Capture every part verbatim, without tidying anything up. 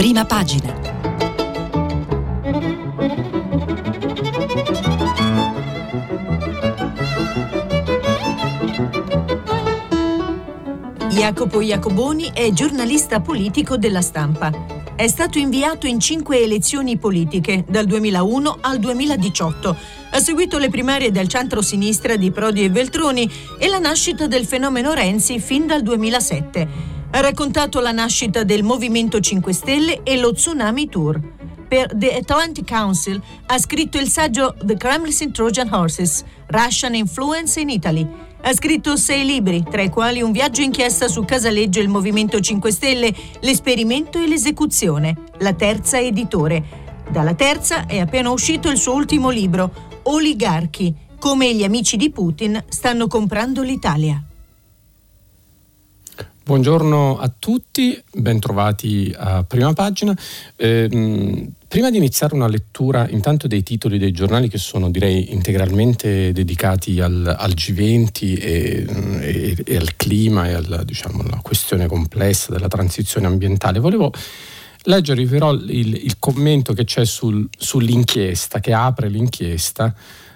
Prima pagina. Jacopo Iacoboni è giornalista politico della Stampa. È stato inviato in cinque elezioni politiche, dal duemilauno al duemiladiciotto. Ha seguito le primarie del centro-sinistra di Prodi e Veltroni e la nascita del fenomeno Renzi fin dal duemilasette. Ha raccontato la nascita del Movimento cinque Stelle e lo Tsunami Tour. Per The Atlantic Council ha scritto il saggio The Kremlin Trojan Horses, Russian Influence in Italy. Ha scritto sei libri, tra i quali Un viaggio inchiesta su Casaleggio e il Movimento cinque Stelle, L'esperimento e l'esecuzione, La Terza editore. Dalla Terza è appena uscito il suo ultimo libro, Oligarchi, come gli amici di Putin stanno comprando l'Italia. Buongiorno a tutti, bentrovati a Prima Pagina. Eh, prima di iniziare una lettura intanto dei titoli dei giornali che sono direi integralmente dedicati al, al G venti e, e, e al clima e alla, diciamo, alla questione complessa della transizione ambientale, volevo leggervi però il, il commento che c'è sul, sull'inchiesta, che apre l'inchiesta,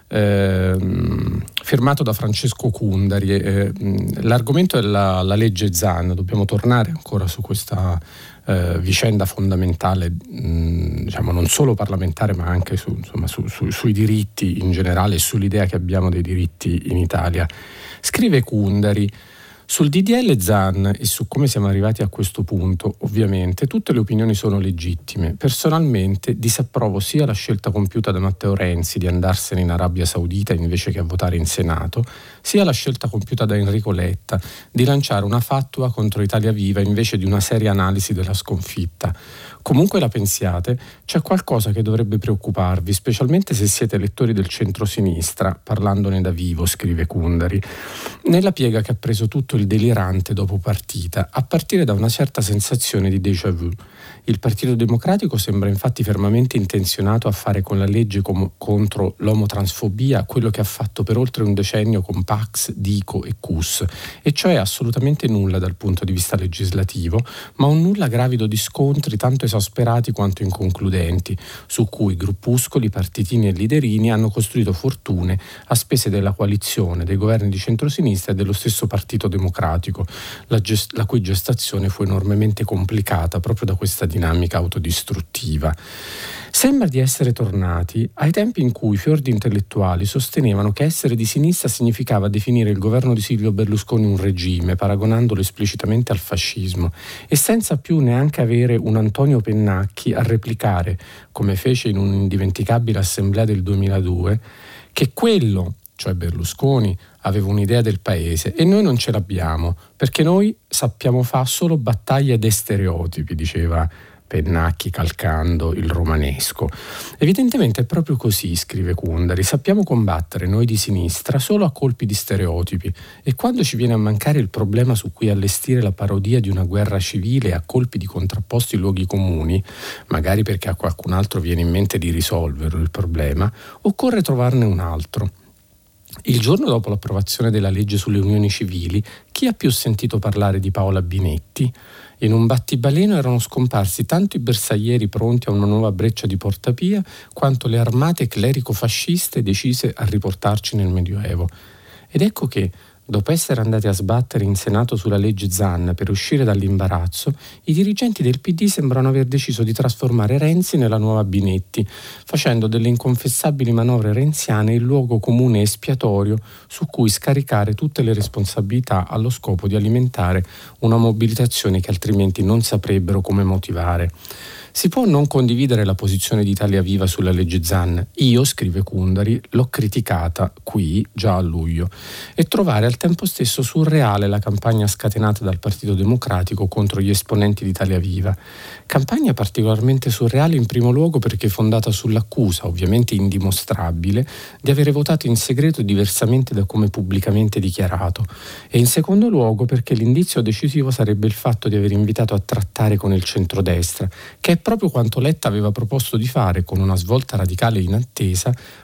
Eh, firmato da Francesco Cundari. Eh, l'argomento è la, la legge Zan. Dobbiamo tornare ancora su questa eh, vicenda fondamentale, mh, diciamo non solo parlamentare ma anche su, insomma, su, su, sui diritti in generale e sull'idea che abbiamo dei diritti in Italia. Scrive Cundari: sul D D L Zan e su come siamo arrivati a questo punto, ovviamente, tutte le opinioni sono legittime. Personalmente disapprovo sia la scelta compiuta da Matteo Renzi di andarsene in Arabia Saudita invece che a votare in Senato, sia la scelta compiuta da Enrico Letta di lanciare una fattua contro Italia Viva invece di una seria analisi della sconfitta. Comunque la pensiate, c'è qualcosa che dovrebbe preoccuparvi, specialmente se siete lettori del centro-sinistra, parlandone da vivo, scrive Cundari, nella piega che ha preso tutto il delirante dopo partita, a partire da una certa sensazione di déjà vu. Il Partito Democratico sembra infatti fermamente intenzionato a fare con la legge com- contro l'omotransfobia quello che ha fatto per oltre un decennio con Pax, Dico e Cus, e cioè assolutamente nulla dal punto di vista legislativo, ma un nulla gravido di scontri tanto esasperati quanto inconcludenti, su cui gruppuscoli, partitini e liderini hanno costruito fortune a spese della coalizione, dei governi di centrosinistra e dello stesso Partito Democratico, la, gest- la cui gestazione fu enormemente complicata proprio da questa dinamica autodistruttiva. Sembra di essere tornati ai tempi in cui fior di intellettuali sostenevano che essere di sinistra significava definire il governo di Silvio Berlusconi un regime, paragonandolo esplicitamente al fascismo, e senza più neanche avere un Antonio Pennacchi a replicare, come fece in un'indimenticabile assemblea del duemiladue, che quello, cioè Berlusconi, aveva un'idea del paese e noi non ce l'abbiamo, perché noi sappiamo fare solo battaglie de stereotipi, diceva Pennacchi calcando il romanesco. Evidentemente è proprio così, scrive Cundari, sappiamo combattere noi di sinistra solo a colpi di stereotipi, e quando ci viene a mancare il problema su cui allestire la parodia di una guerra civile a colpi di contrapposti luoghi comuni, magari perché a qualcun altro viene in mente di risolverlo il problema, occorre trovarne un altro. Il giorno dopo l'approvazione della legge sulle unioni civili, chi ha più sentito parlare di Paola Binetti? In un battibaleno erano scomparsi tanto i bersaglieri pronti a una nuova breccia di Porta Pia, quanto le armate clerico-fasciste decise a riportarci nel Medioevo. Ed ecco che, dopo essere andati a sbattere in Senato sulla legge Zan per uscire dall'imbarazzo, i dirigenti del P D sembrano aver deciso di trasformare Renzi nella nuova Binetti, facendo delle inconfessabili manovre renziane il luogo comune espiatorio su cui scaricare tutte le responsabilità allo scopo di alimentare una mobilitazione che altrimenti non saprebbero come motivare. Si può non condividere la posizione di Italia Viva sulla legge Zan. Io, scrive Cundari, l'ho criticata qui già a luglio, e trovare al tempo stesso surreale la campagna scatenata dal Partito Democratico contro gli esponenti di Italia Viva. Campagna particolarmente surreale in primo luogo perché fondata sull'accusa, ovviamente indimostrabile, di avere votato in segreto diversamente da come pubblicamente dichiarato, e in secondo luogo perché l'indizio decisivo sarebbe il fatto di aver invitato a trattare con il centrodestra, che è proprio quanto Letta aveva proposto di fare con una svolta radicale inattesa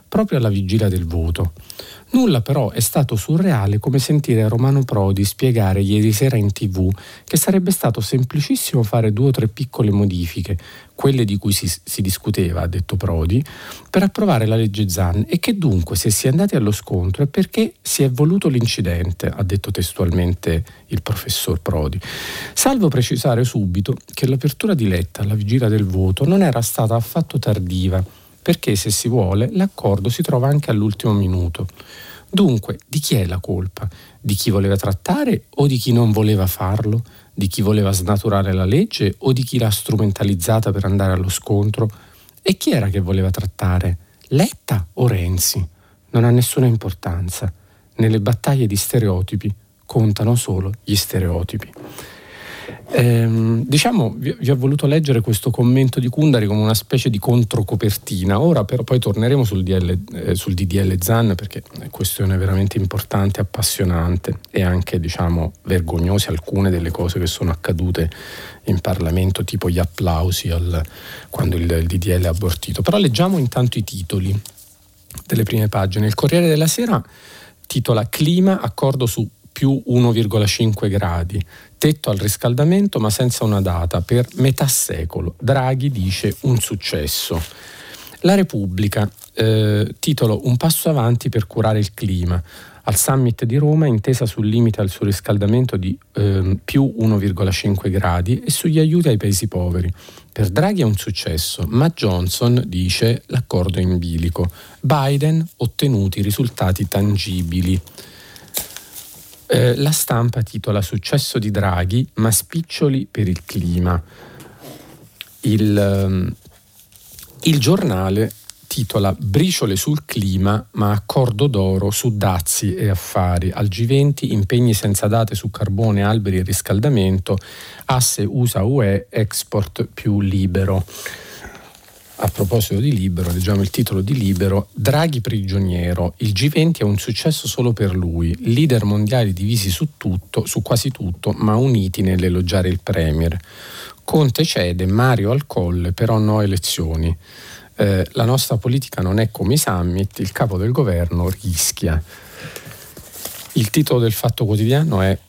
proprio alla vigilia del voto. Nulla però è stato surreale come sentire Romano Prodi spiegare ieri sera in tv che sarebbe stato semplicissimo fare due o tre piccole modifiche, quelle di cui si, si discuteva, ha detto Prodi, per approvare la legge Zan, e che dunque se si è andati allo scontro è perché si è voluto l'incidente, ha detto testualmente il professor Prodi. Salvo precisare subito che l'apertura di Letta alla vigilia del voto non era stata affatto tardiva, perché se si vuole l'accordo si trova anche all'ultimo minuto. Dunque, di chi è la colpa? Di chi voleva trattare o di chi non voleva farlo? Di chi voleva snaturare la legge o di chi l'ha strumentalizzata per andare allo scontro? E chi era che voleva trattare? Letta o Renzi? Non ha nessuna importanza. Nelle battaglie di stereotipi contano solo gli stereotipi. Ehm, diciamo, vi, vi ho voluto leggere questo commento di Kundari come una specie di controcopertina. Ora però poi torneremo sul, D L, eh, sul D D L Zan, perché è questione veramente importante, appassionante e anche, diciamo, vergognose alcune delle cose che sono accadute in Parlamento, tipo gli applausi al, quando il, il D D L è abortito. Però leggiamo intanto i titoli delle prime pagine. Il Corriere della Sera titola Clima, accordo su più uno virgola cinque gradi, tetto al riscaldamento ma senza una data, per metà secolo. Draghi dice un successo. La Repubblica, eh, titolo Un passo avanti per curare il clima. Al summit di Roma intesa sul limite al surriscaldamento di eh, più uno virgola cinque gradi e sugli aiuti ai paesi poveri. Per Draghi è un successo, ma Johnson dice l'accordo è in bilico. Biden ottenuti risultati tangibili. Eh, la Stampa titola Successo di Draghi, ma spiccioli per il clima. Il, um, il Giornale titola Briciole sul clima, ma accordo d'oro su dazi e affari. Al G venti impegni senza date su carbone, alberi e riscaldamento. Asse U S A-U E, export più libero. A proposito di Libero, leggiamo il titolo di Libero: Draghi prigioniero, il G venti è un successo solo per lui, leader mondiali divisi su tutto, su quasi tutto, ma uniti nell'elogiare il premier. Conte cede, Mario al colle, però no elezioni. Eh, la nostra politica non è come i summit, il capo del governo rischia. Il titolo del Fatto Quotidiano è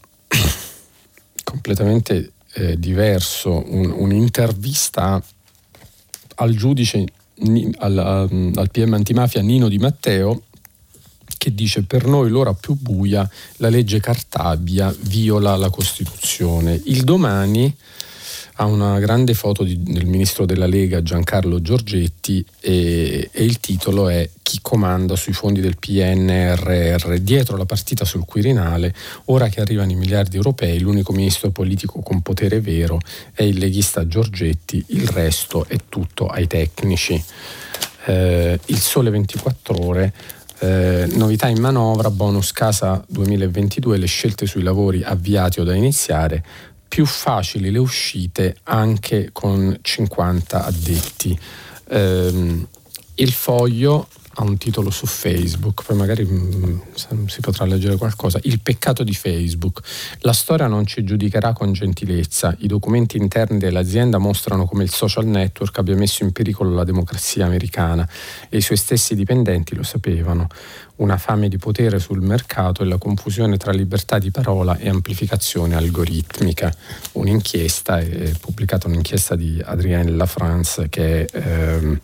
completamente eh, diverso, un, un'intervista al giudice, al, al P M antimafia Nino Di Matteo, che dice: per noi l'ora più buia, la legge Cartabia viola la Costituzione. Il Domani ha una grande foto di, del ministro della Lega Giancarlo Giorgetti e, e il titolo è Chi comanda sui fondi del P N R R. Dietro la partita sul Quirinale, ora che arrivano i miliardi europei, l'unico ministro politico con potere vero è il leghista Giorgetti, il resto è tutto ai tecnici. Eh, il Sole ventiquattro Ore, eh, novità in manovra, bonus casa duemilaventidue, le scelte sui lavori avviati o da iniziare, più facili le uscite anche con cinquanta addetti. Eh, il Foglio ha un titolo su Facebook, poi magari mh, si potrà leggere qualcosa. Il peccato di Facebook. La storia non ci giudicherà con gentilezza. I documenti interni dell'azienda mostrano come il social network abbia messo in pericolo la democrazia americana e i suoi stessi dipendenti lo sapevano. Una fame di potere sul mercato e la confusione tra libertà di parola e amplificazione algoritmica. Un'inchiesta, è pubblicata un'inchiesta di Adrienne Lafrance, che è ehm,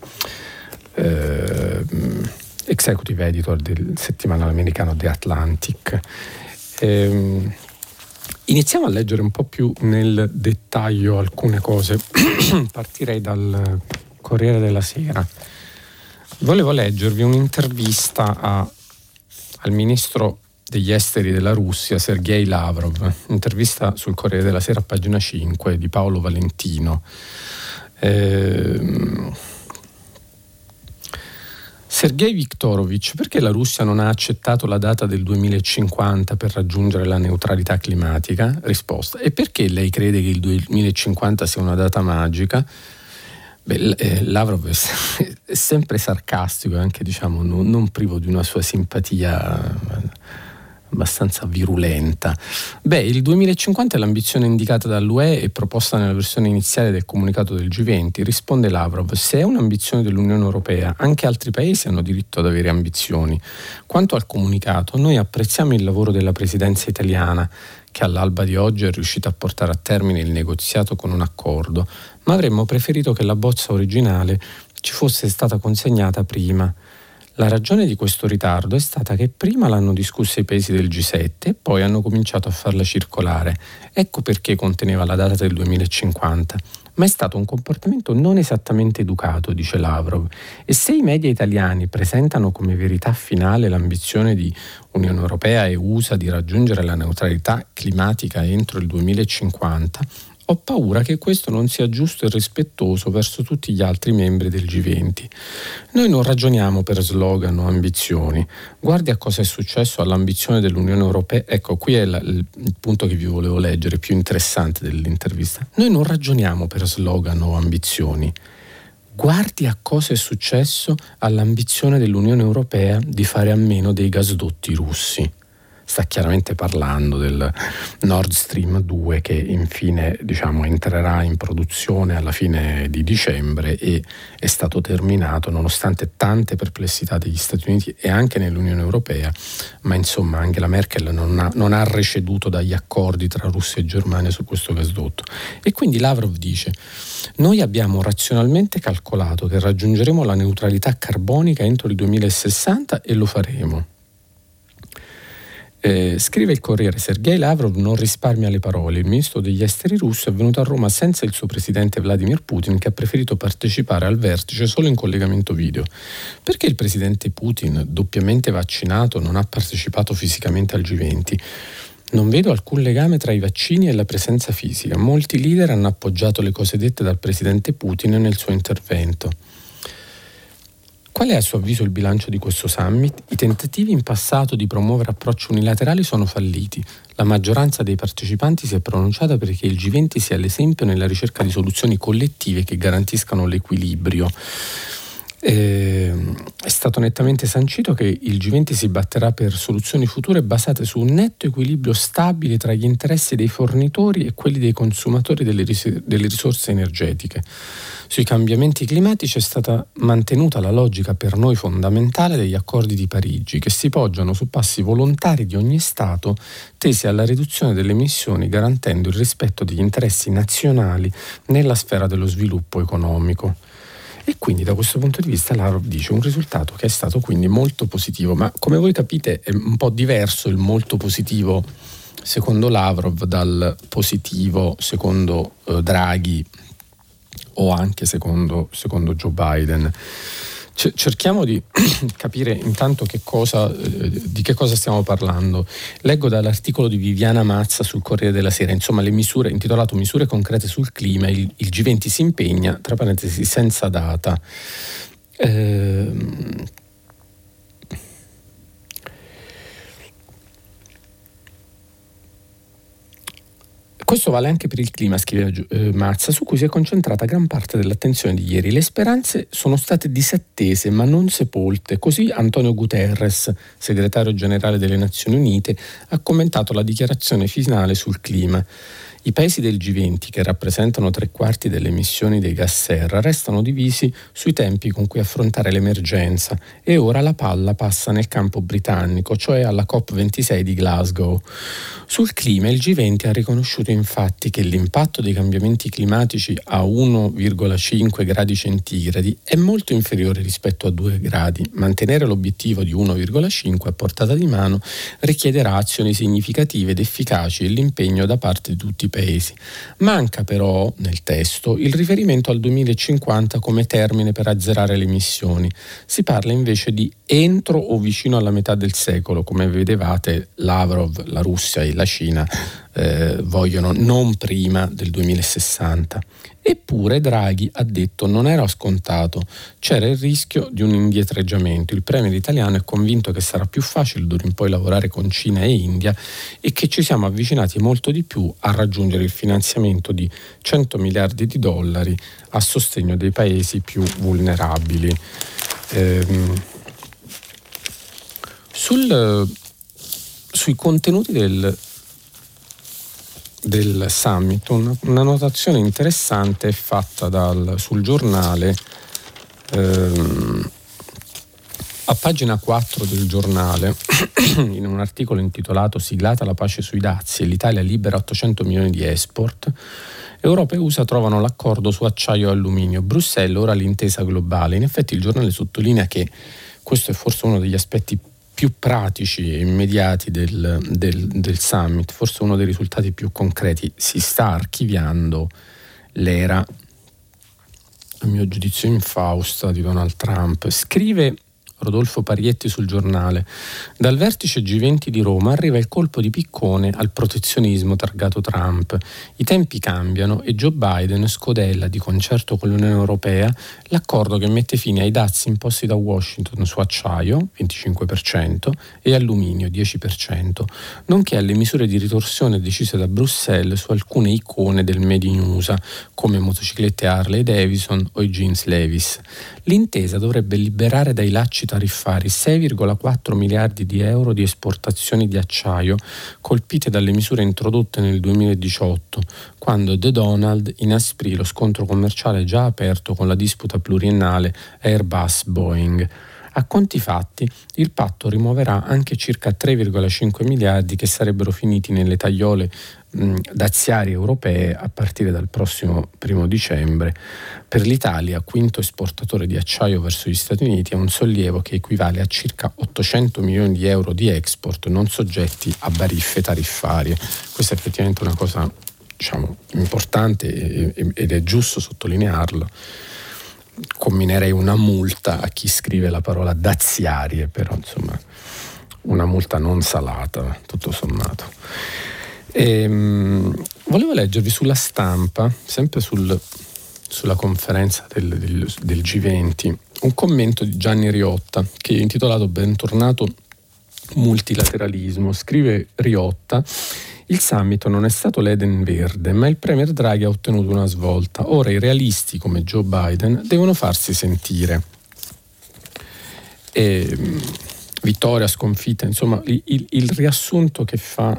ehm, executive editor del settimanale americano The Atlantic. Ehm, iniziamo a leggere un po' più nel dettaglio alcune cose. Partirei dal Corriere della Sera. Volevo leggervi un'intervista a al ministro degli esteri della Russia, Sergei Lavrov, intervista sul Corriere della Sera, pagina cinque, di Paolo Valentino. Eh, Sergei Viktorovich, perché la Russia non ha accettato la data del duemilacinquanta per raggiungere la neutralità climatica? Risposta: e perché lei crede che il duemilacinquanta sia una data magica? Beh, eh, Lavrov è sempre sarcastico e anche, diciamo, non, non privo di una sua simpatia abbastanza virulenta. Beh, il duemilacinquanta è l'ambizione indicata dall'U E e proposta nella versione iniziale del comunicato del G venti. Risponde Lavrov: se è un'ambizione dell'Unione Europea, anche altri paesi hanno diritto ad avere ambizioni. Quanto al comunicato, noi apprezziamo il lavoro della presidenza italiana, che all'alba di oggi è riuscita a portare a termine il negoziato con un accordo, ma avremmo preferito che la bozza originale ci fosse stata consegnata prima. La ragione di questo ritardo è stata che prima l'hanno discussa i paesi del G sette e poi hanno cominciato a farla circolare. Ecco perché conteneva la data del duemilacinquanta. Ma è stato un comportamento non esattamente educato, dice Lavrov. E se i media italiani presentano come verità finale l'ambizione di Unione Europea e U S A di raggiungere la neutralità climatica entro il duemilacinquanta, ho paura che questo non sia giusto e rispettoso verso tutti gli altri membri del G venti. Noi non ragioniamo per slogan o ambizioni. Guardi a cosa è successo all'ambizione dell'Unione Europea. Ecco, qui è la, il punto che vi volevo leggere, più interessante dell'intervista. Noi non ragioniamo per slogan o ambizioni. Guardi a cosa è successo all'ambizione dell'Unione Europea di fare a meno dei gasdotti russi. Sta chiaramente parlando del Nord Stream due, che infine, diciamo, entrerà in produzione alla fine di dicembre e è stato terminato nonostante tante perplessità degli Stati Uniti e anche nell'Unione Europea, ma insomma anche la Merkel non ha, non ha receduto dagli accordi tra Russia e Germania su questo gasdotto. E quindi Lavrov dice: noi abbiamo razionalmente calcolato che raggiungeremo la neutralità carbonica entro il duemilasessanta e lo faremo. Eh, scrive il Corriere: Sergei Lavrov non risparmia le parole. Il ministro degli esteri russo è venuto a Roma senza il suo presidente Vladimir Putin, che ha preferito partecipare al vertice solo in collegamento video. Perché il presidente Putin, doppiamente vaccinato, non ha partecipato fisicamente al G venti? Non vedo alcun legame tra i vaccini e la presenza fisica. Molti leader hanno appoggiato le cose dette dal presidente Putin nel suo intervento. Qual è a suo avviso il bilancio di questo summit? I tentativi in passato di promuovere approcci unilaterali sono falliti. La maggioranza dei partecipanti si è pronunciata perché il G venti sia l'esempio nella ricerca di soluzioni collettive che garantiscano l'equilibrio. Eh, è stato nettamente sancito che il G venti si batterà per soluzioni future basate su un netto equilibrio stabile tra gli interessi dei fornitori e quelli dei consumatori delle, ris- delle risorse energetiche. Sui cambiamenti climatici è stata mantenuta la logica per noi fondamentale degli accordi di Parigi, che si poggiano su passi volontari di ogni Stato tesi alla riduzione delle emissioni, garantendo il rispetto degli interessi nazionali nella sfera dello sviluppo economico. E quindi da questo punto di vista Lavrov dice un risultato che è stato quindi molto positivo, ma come voi capite è un po' diverso il molto positivo secondo Lavrov dal positivo secondo eh, Draghi o anche secondo, secondo Joe Biden. C- cerchiamo di capire intanto che cosa, eh, di che cosa stiamo parlando. Leggo dall'articolo di Viviana Mazza sul Corriere della Sera, insomma le misure, intitolato Misure concrete sul clima, il, il G venti si impegna, tra parentesi senza data. Ehm, Questo vale anche per il clima, scrive eh, Mazza, su cui si è concentrata gran parte dell'attenzione di ieri. Le speranze sono state disattese ma non sepolte. Così Antonio Guterres, segretario generale delle Nazioni Unite, ha commentato la dichiarazione finale sul clima. I paesi del G venti, che rappresentano tre quarti delle emissioni dei gas serra, restano divisi sui tempi con cui affrontare l'emergenza e ora la palla passa nel campo britannico, cioè alla COP ventisei di Glasgow. Sul clima il G venti ha riconosciuto infatti che l'impatto dei cambiamenti climatici a uno virgola cinque gradi centigradi è molto inferiore rispetto a due gradi. Mantenere l'obiettivo di uno virgola cinque a portata di mano richiederà azioni significative ed efficaci e l'impegno da parte di tutti i paesi. Manca però nel testo il riferimento al duemilacinquanta come termine per azzerare le emissioni. Si parla invece di entro o vicino alla metà del secolo. Come vedevate, Lavrov, la Russia e la Cina eh, vogliono non prima del duemilasessanta. Eppure Draghi ha detto non era scontato, c'era il rischio di un indietreggiamento. Il premier italiano è convinto che sarà più facile d'ora in poi lavorare con Cina e India e che ci siamo avvicinati molto di più a raggiungere il finanziamento di cento miliardi di dollari a sostegno dei paesi più vulnerabili. Ehm, sul sui contenuti del, del summit, una, una notazione interessante è fatta dal, sul giornale, ehm, a pagina quattro del giornale, in un articolo intitolato "Siglata la pace sui dazi e l'Italia libera ottocento milioni di export", Europa e U S A trovano l'accordo su acciaio e alluminio, Bruxelles ora l'intesa globale. In effetti il giornale sottolinea che questo è forse uno degli aspetti più pratici e immediati del, del, del summit, forse uno dei risultati più concreti. Si sta archiviando l'era, a mio giudizio infausta, di Donald Trump. Scrive Rodolfo Parietti sul giornale: dal vertice G venti di Roma arriva il colpo di piccone al protezionismo targato Trump. I tempi cambiano e Joe Biden scodella di concerto con l'Unione Europea l'accordo che mette fine ai dazi imposti da Washington su acciaio, venticinque per cento, e alluminio, dieci per cento, nonché alle misure di ritorsione decise da Bruxelles su alcune icone del Made in U S A, come motociclette Harley Davidson o i jeans Levi's. L'intesa dovrebbe liberare dai lacci tariffari sei virgola quattro miliardi di euro di esportazioni di acciaio colpite dalle misure introdotte nel duemiladiciotto, quando The Donald inasprì lo scontro commerciale già aperto con la disputa pluriennale Airbus-Boeing. A conti fatti, il patto rimuoverà anche circa tre virgola cinque miliardi che sarebbero finiti nelle tagliole mh, daziarie europee a partire dal prossimo primo dicembre. Per l'Italia, quinto esportatore di acciaio verso gli Stati Uniti, è un sollievo che equivale a circa ottocento milioni di euro di export non soggetti a bariffe tariffarie. Questa è effettivamente una cosa, diciamo, importante ed è giusto sottolinearlo. Comminerei una multa a chi scrive la parola daziarie, però insomma una multa non salata tutto sommato. E, mh, volevo leggervi sulla Stampa, sempre sul, sulla conferenza del, del, del G venti, un commento di Gianni Riotta che è intitolato "Bentornato multilateralismo". Scrive Riotta: il summit non è stato l'Eden verde, ma il premier Draghi ha ottenuto una svolta. Ora i realisti come Joe Biden devono farsi sentire. E, vittoria, sconfitta, insomma il, il, il riassunto che fa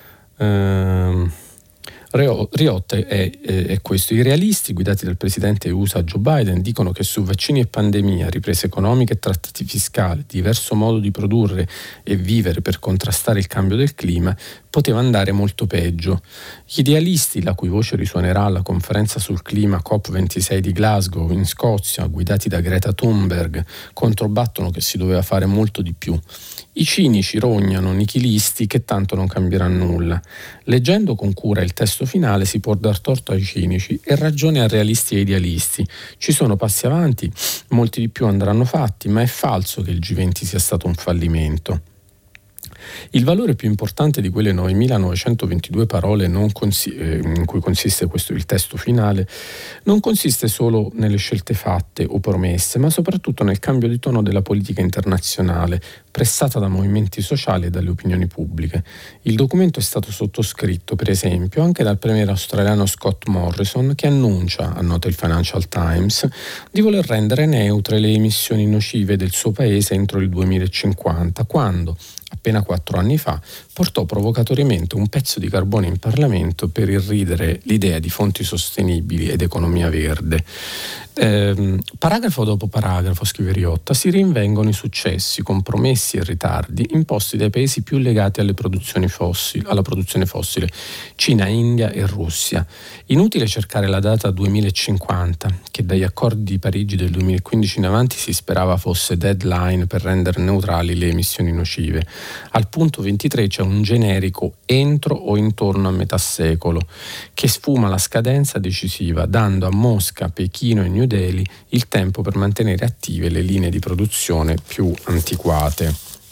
ehm, Riotta è, è, è questo: i realisti guidati dal presidente U S A Joe Biden dicono che su vaccini e pandemia, ripresa economica e trattati fiscali, diverso modo di produrre e vivere per contrastare il cambio del clima, poteva andare molto peggio. Gli idealisti, la cui voce risuonerà alla conferenza sul clima COP ventisei di Glasgow in Scozia, guidati da Greta Thunberg, controbattono che si doveva fare molto di più. I cinici rognano nichilisti che tanto non cambierà nulla. Leggendo con cura il testo finale si può dar torto ai cinici e ragione a realisti e idealisti. Ci sono passi avanti, molti di più andranno fatti, ma è falso che il G venti sia stato un fallimento. Il valore più importante di quelle novemilanovecentoventidue parole non consi- eh, in cui consiste questo il testo finale non consiste solo nelle scelte fatte o promesse, ma soprattutto nel cambio di tono della politica internazionale, pressata da movimenti sociali e dalle opinioni pubbliche. Il documento è stato sottoscritto, per esempio, anche dal premier australiano Scott Morrison, che annuncia, annota il Financial Times, di voler rendere neutre le emissioni nocive del suo paese entro il duemilacinquanta, quando, appena quattro anni fa, portò provocatoriamente un pezzo di carbone in Parlamento per irridere l'idea di fonti sostenibili ed economia verde. Eh, paragrafo dopo paragrafo, scrive Riotta, si rinvengono i successi, compromessi e ritardi imposti dai paesi più legati alle produzioni fossili, alla produzione fossile, Cina, India e Russia. Inutile cercare la data duemilacinquanta, che dagli accordi di Parigi del duemilaquindici in avanti si sperava fosse deadline per rendere neutrali le emissioni nocive. Al punto ventitré c'è un generico entro o intorno a metà secolo, che sfuma la scadenza decisiva, dando a Mosca, Pechino e New Delhi il tempo per mantenere attive le linee di produzione più antiquate.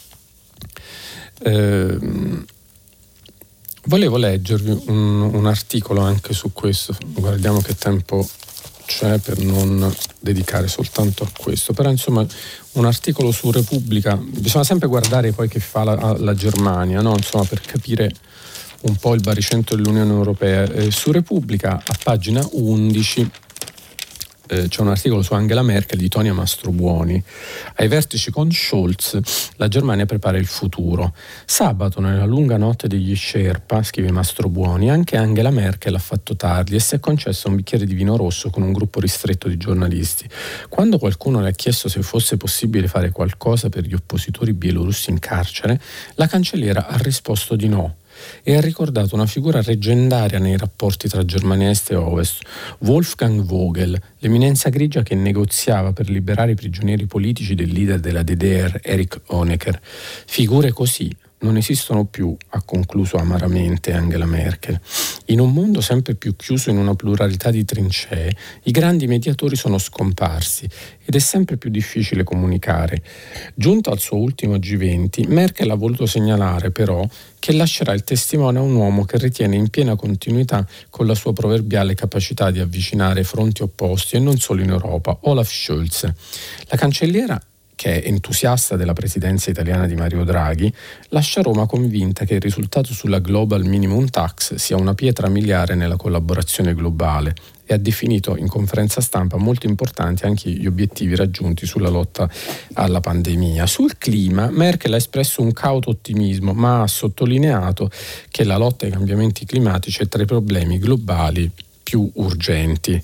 Eh, volevo leggervi un, un articolo anche su questo, guardiamo che tempo c'è per non dedicare soltanto a questo, però insomma un articolo su Repubblica, bisogna sempre guardare poi che fa la, la Germania, no? Insomma, per capire un po' il baricentro dell'Unione Europea. Eh, su Repubblica a pagina undici eh, c'è un articolo su Angela Merkel di Tonia Mastrobuoni. Ai vertici con Scholz la Germania prepara il futuro. Sabato, nella lunga notte degli Sherpa, scrive Mastrobuoni, anche Angela Merkel ha fatto tardi e si è concessa un bicchiere di vino rosso con un gruppo ristretto di giornalisti. Quando qualcuno le ha chiesto se fosse possibile fare qualcosa per gli oppositori bielorussi in carcere, la cancelliera ha risposto di no e ha ricordato una figura leggendaria nei rapporti tra Germania Est e Ovest, Wolfgang Vogel, l'eminenza grigia che negoziava per liberare i prigionieri politici del leader della D D R, Erich Honecker. Figure così non esistono più, ha concluso amaramente Angela Merkel. In un mondo sempre più chiuso in una pluralità di trincee, i grandi mediatori sono scomparsi ed è sempre più difficile comunicare. Giunta al suo ultimo G venti, Merkel ha voluto segnalare però che lascerà il testimone a un uomo che ritiene in piena continuità con la sua proverbiale capacità di avvicinare fronti opposti e non solo in Europa, Olaf Scholz. La cancelliera, che è entusiasta della presidenza italiana di Mario Draghi, lascia Roma convinta che il risultato sulla Global Minimum Tax sia una pietra miliare nella collaborazione globale e ha definito in conferenza stampa molto importanti anche gli obiettivi raggiunti sulla lotta alla pandemia. Sul clima, Merkel ha espresso un cauto ottimismo, ma ha sottolineato che la lotta ai cambiamenti climatici è tra i problemi globali più urgenti.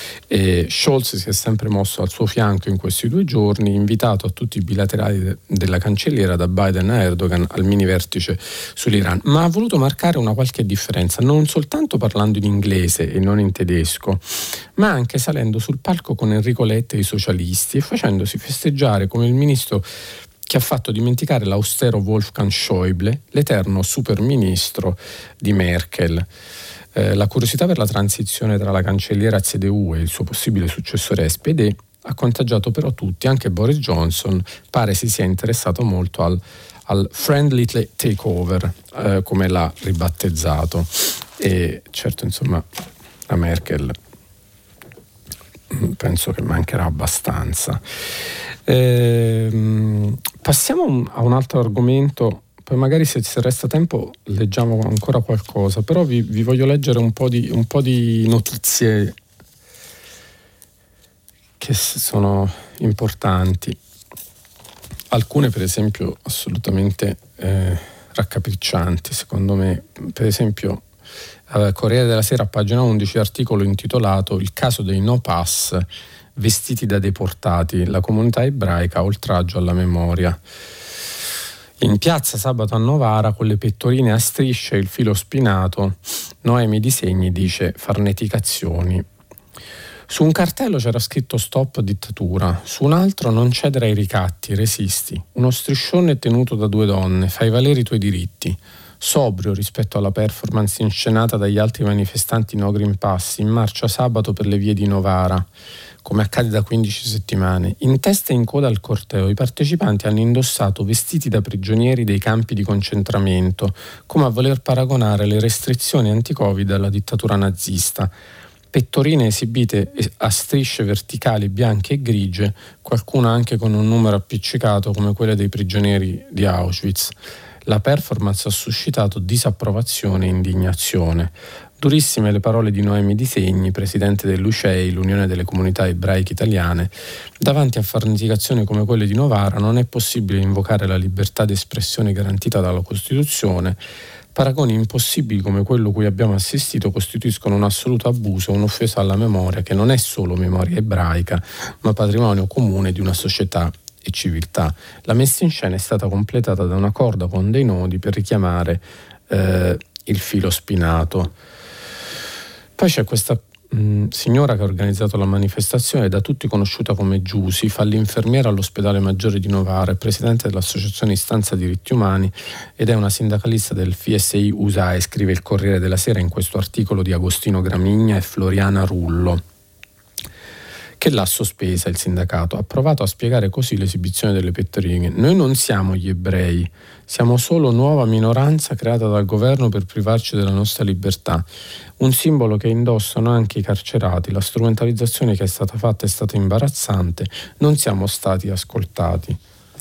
E Scholz si è sempre mosso al suo fianco in questi due giorni, invitato a tutti i bilaterali de- della cancelliera da Biden a Erdogan al mini vertice sull'Iran, ma ha voluto marcare una qualche differenza, non soltanto parlando in inglese e non in tedesco, ma anche salendo sul palco con Enrico Letta e i socialisti e facendosi festeggiare come il ministro che ha fatto dimenticare l'austero Wolfgang Schäuble, l'eterno superministro di Merkel. Eh, la curiosità per la transizione tra la cancelliera C D U e il suo possibile successore S P D ha contagiato però tutti, anche Boris Johnson pare si sia interessato molto al, al friendly takeover, eh, come l'ha ribattezzato. E certo, insomma, la Merkel penso che mancherà abbastanza. Eh, passiamo a un altro argomento. Poi magari se resta tempo leggiamo ancora qualcosa, però vi, vi voglio leggere un po' di, un po' di notizie che sono importanti. Alcune per esempio assolutamente eh, raccapriccianti secondo me. Per esempio eh, Corriere della Sera, pagina undici, articolo intitolato "Il caso dei no pass vestiti da deportati, la comunità ebraica oltraggio alla memoria". In piazza sabato a Novara, con le pettorine a strisce e il filo spinato, Noemi Disegni dice farneticazioni. Su un cartello c'era scritto "Stop dittatura", su un altro "Non cedere ai ricatti, resisti". Uno striscione tenuto da due donne, "Fai valere i tuoi diritti". Sobrio rispetto alla performance inscenata dagli altri manifestanti no Green Pass in marcia sabato per le vie di Novara, come accade da quindici settimane. In testa e in coda al corteo i partecipanti hanno indossato vestiti da prigionieri dei campi di concentramento, come a voler paragonare le restrizioni anti-Covid alla dittatura nazista. Pettorine esibite a strisce verticali bianche e grigie, qualcuna anche con un numero appiccicato come quelle dei prigionieri di Auschwitz. La performance ha suscitato disapprovazione e indignazione. Durissime le parole di Noemi Disegni, presidente dell'U C E I, l'Unione delle Comunità Ebraiche Italiane. Davanti a farneticazioni come quelle di Novara non è possibile invocare la libertà d'espressione garantita dalla Costituzione. Paragoni impossibili come quello cui abbiamo assistito costituiscono un assoluto abuso, un'offesa alla memoria che non è solo memoria ebraica, ma patrimonio comune di una società e civiltà. La messa in scena è stata completata da una corda con dei nodi per richiamare eh, il filo spinato. Poi c'è questa mh, signora che ha organizzato la manifestazione, da tutti conosciuta come Giusy, fa l'infermiera all'ospedale Maggiore di Novara, è presidente dell'associazione Istanza Diritti Umani ed è una sindacalista del F S I U S A E, scrive il Corriere della Sera in questo articolo di Agostino Gramigna e Floriana Rullo, che l'ha sospesa il sindacato. Ha provato a spiegare così l'esibizione delle pettorine. Noi non siamo gli ebrei, siamo solo nuova minoranza creata dal governo per privarci della nostra libertà. Un simbolo che indossano anche i carcerati. La strumentalizzazione che è stata fatta è stata imbarazzante. Non siamo stati ascoltati.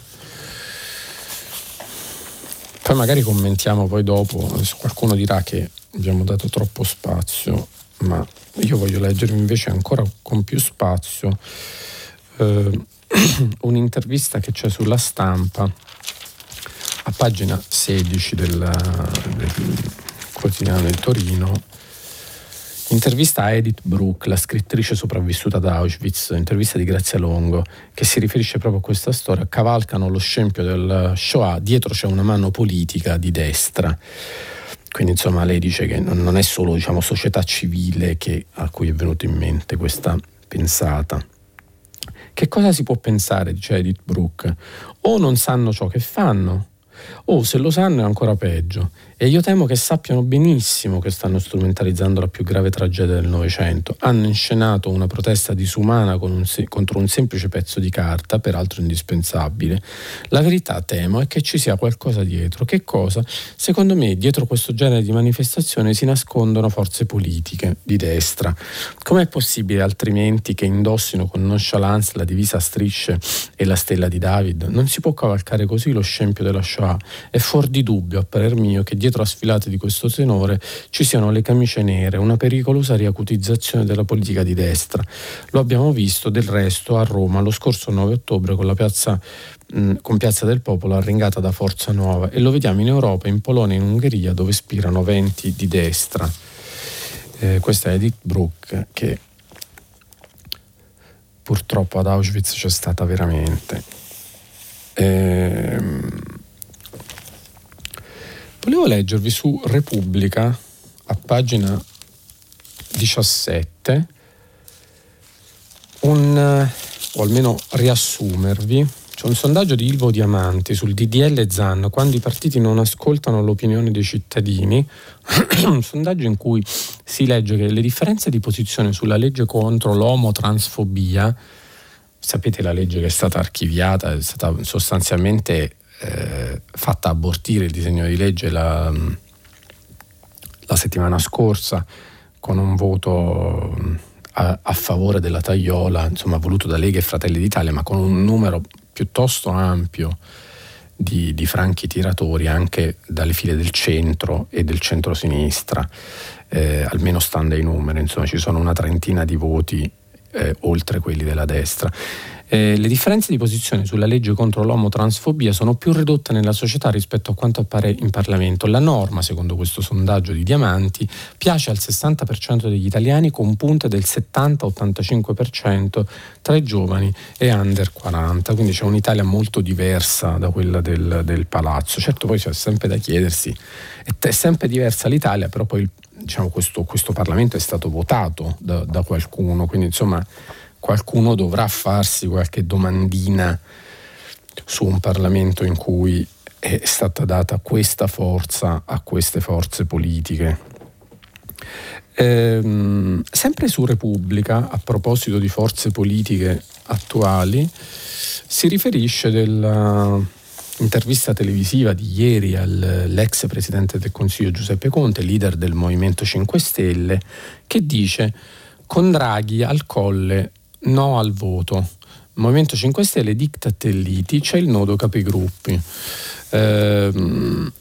Poi magari commentiamo poi dopo, qualcuno dirà che abbiamo dato troppo spazio, ma io voglio leggervi invece ancora con più spazio eh, un'intervista che c'è sulla Stampa a pagina sedici del, del quotidiano di Torino. Intervista a Edith Bruck, la scrittrice sopravvissuta ad Auschwitz, intervista di Grazia Longo, che si riferisce proprio a questa storia. Cavalcano lo scempio del Shoah, dietro c'è una mano politica di destra. Quindi insomma lei dice che non è solo, diciamo, società civile che, a cui è venuto in mente questa pensata. Che cosa si può pensare, dice Edith Bruck? O non sanno ciò che fanno, o se lo sanno è ancora peggio. E io temo che sappiano benissimo che stanno strumentalizzando la più grave tragedia del Novecento. Hanno inscenato una protesta disumana con un se- contro un semplice pezzo di carta, peraltro indispensabile. La verità, temo, è che ci sia qualcosa dietro. Che cosa? Secondo me, dietro questo genere di manifestazione si nascondono forze politiche di destra. Com'è possibile altrimenti che indossino con nonchalance la divisa a strisce e la stella di David? Non si può cavalcare così lo scempio della Shoah. È fuor di dubbio, a parer mio, che dietro a sfilate di questo tenore ci siano le camicie nere, una pericolosa riacutizzazione della politica di destra. Lo abbiamo visto del resto a Roma lo scorso nove ottobre con la piazza mh, con Piazza del Popolo arringata da Forza Nuova, e lo vediamo in Europa, in Polonia e in Ungheria, dove spirano venti di destra. Eh, questa è Edith Bruck, che purtroppo ad Auschwitz c'è stata veramente. Ehm Volevo leggervi su Repubblica, a pagina diciassette, un, o almeno riassumervi, c'è un sondaggio di Ilvo Diamanti sul D D L Zan, quando i partiti non ascoltano l'opinione dei cittadini, un sondaggio in cui si legge che le differenze di posizione sulla legge contro l'omotransfobia, sapete la legge che è stata archiviata, è stata sostanzialmente Eh, fatta abortire il disegno di legge la, la settimana scorsa con un voto a, a favore della tagliola, insomma voluto da Lega e Fratelli d'Italia, ma con un numero piuttosto ampio di, di franchi tiratori anche dalle file del centro e del centro-sinistra, eh, almeno stando ai numeri, insomma ci sono una trentina di voti eh, oltre quelli della destra. Eh, le differenze di posizione sulla legge contro l'omotransfobia sono più ridotte nella società rispetto a quanto appare in Parlamento. La norma, secondo questo sondaggio di Diamanti, piace al sessanta per cento degli italiani, con punte del settanta ottantacinque per cento tra i giovani e under quaranta, quindi c'è un'Italia molto diversa da quella del, del palazzo. Certo, poi c'è sempre da chiedersi, è sempre diversa l'Italia, però poi diciamo questo, questo Parlamento è stato votato da, da qualcuno, quindi insomma qualcuno dovrà farsi qualche domandina su un Parlamento in cui è stata data questa forza a queste forze politiche. Ehm, sempre su Repubblica, a proposito di forze politiche attuali, si riferisce dell'intervista televisiva di ieri all'ex Presidente del Consiglio Giuseppe Conte, leader del Movimento cinque Stelle, che dice: con Draghi al Colle no al voto. Movimento cinque Stelle diktat e liti, c'è il nodo capigruppi. Ehm,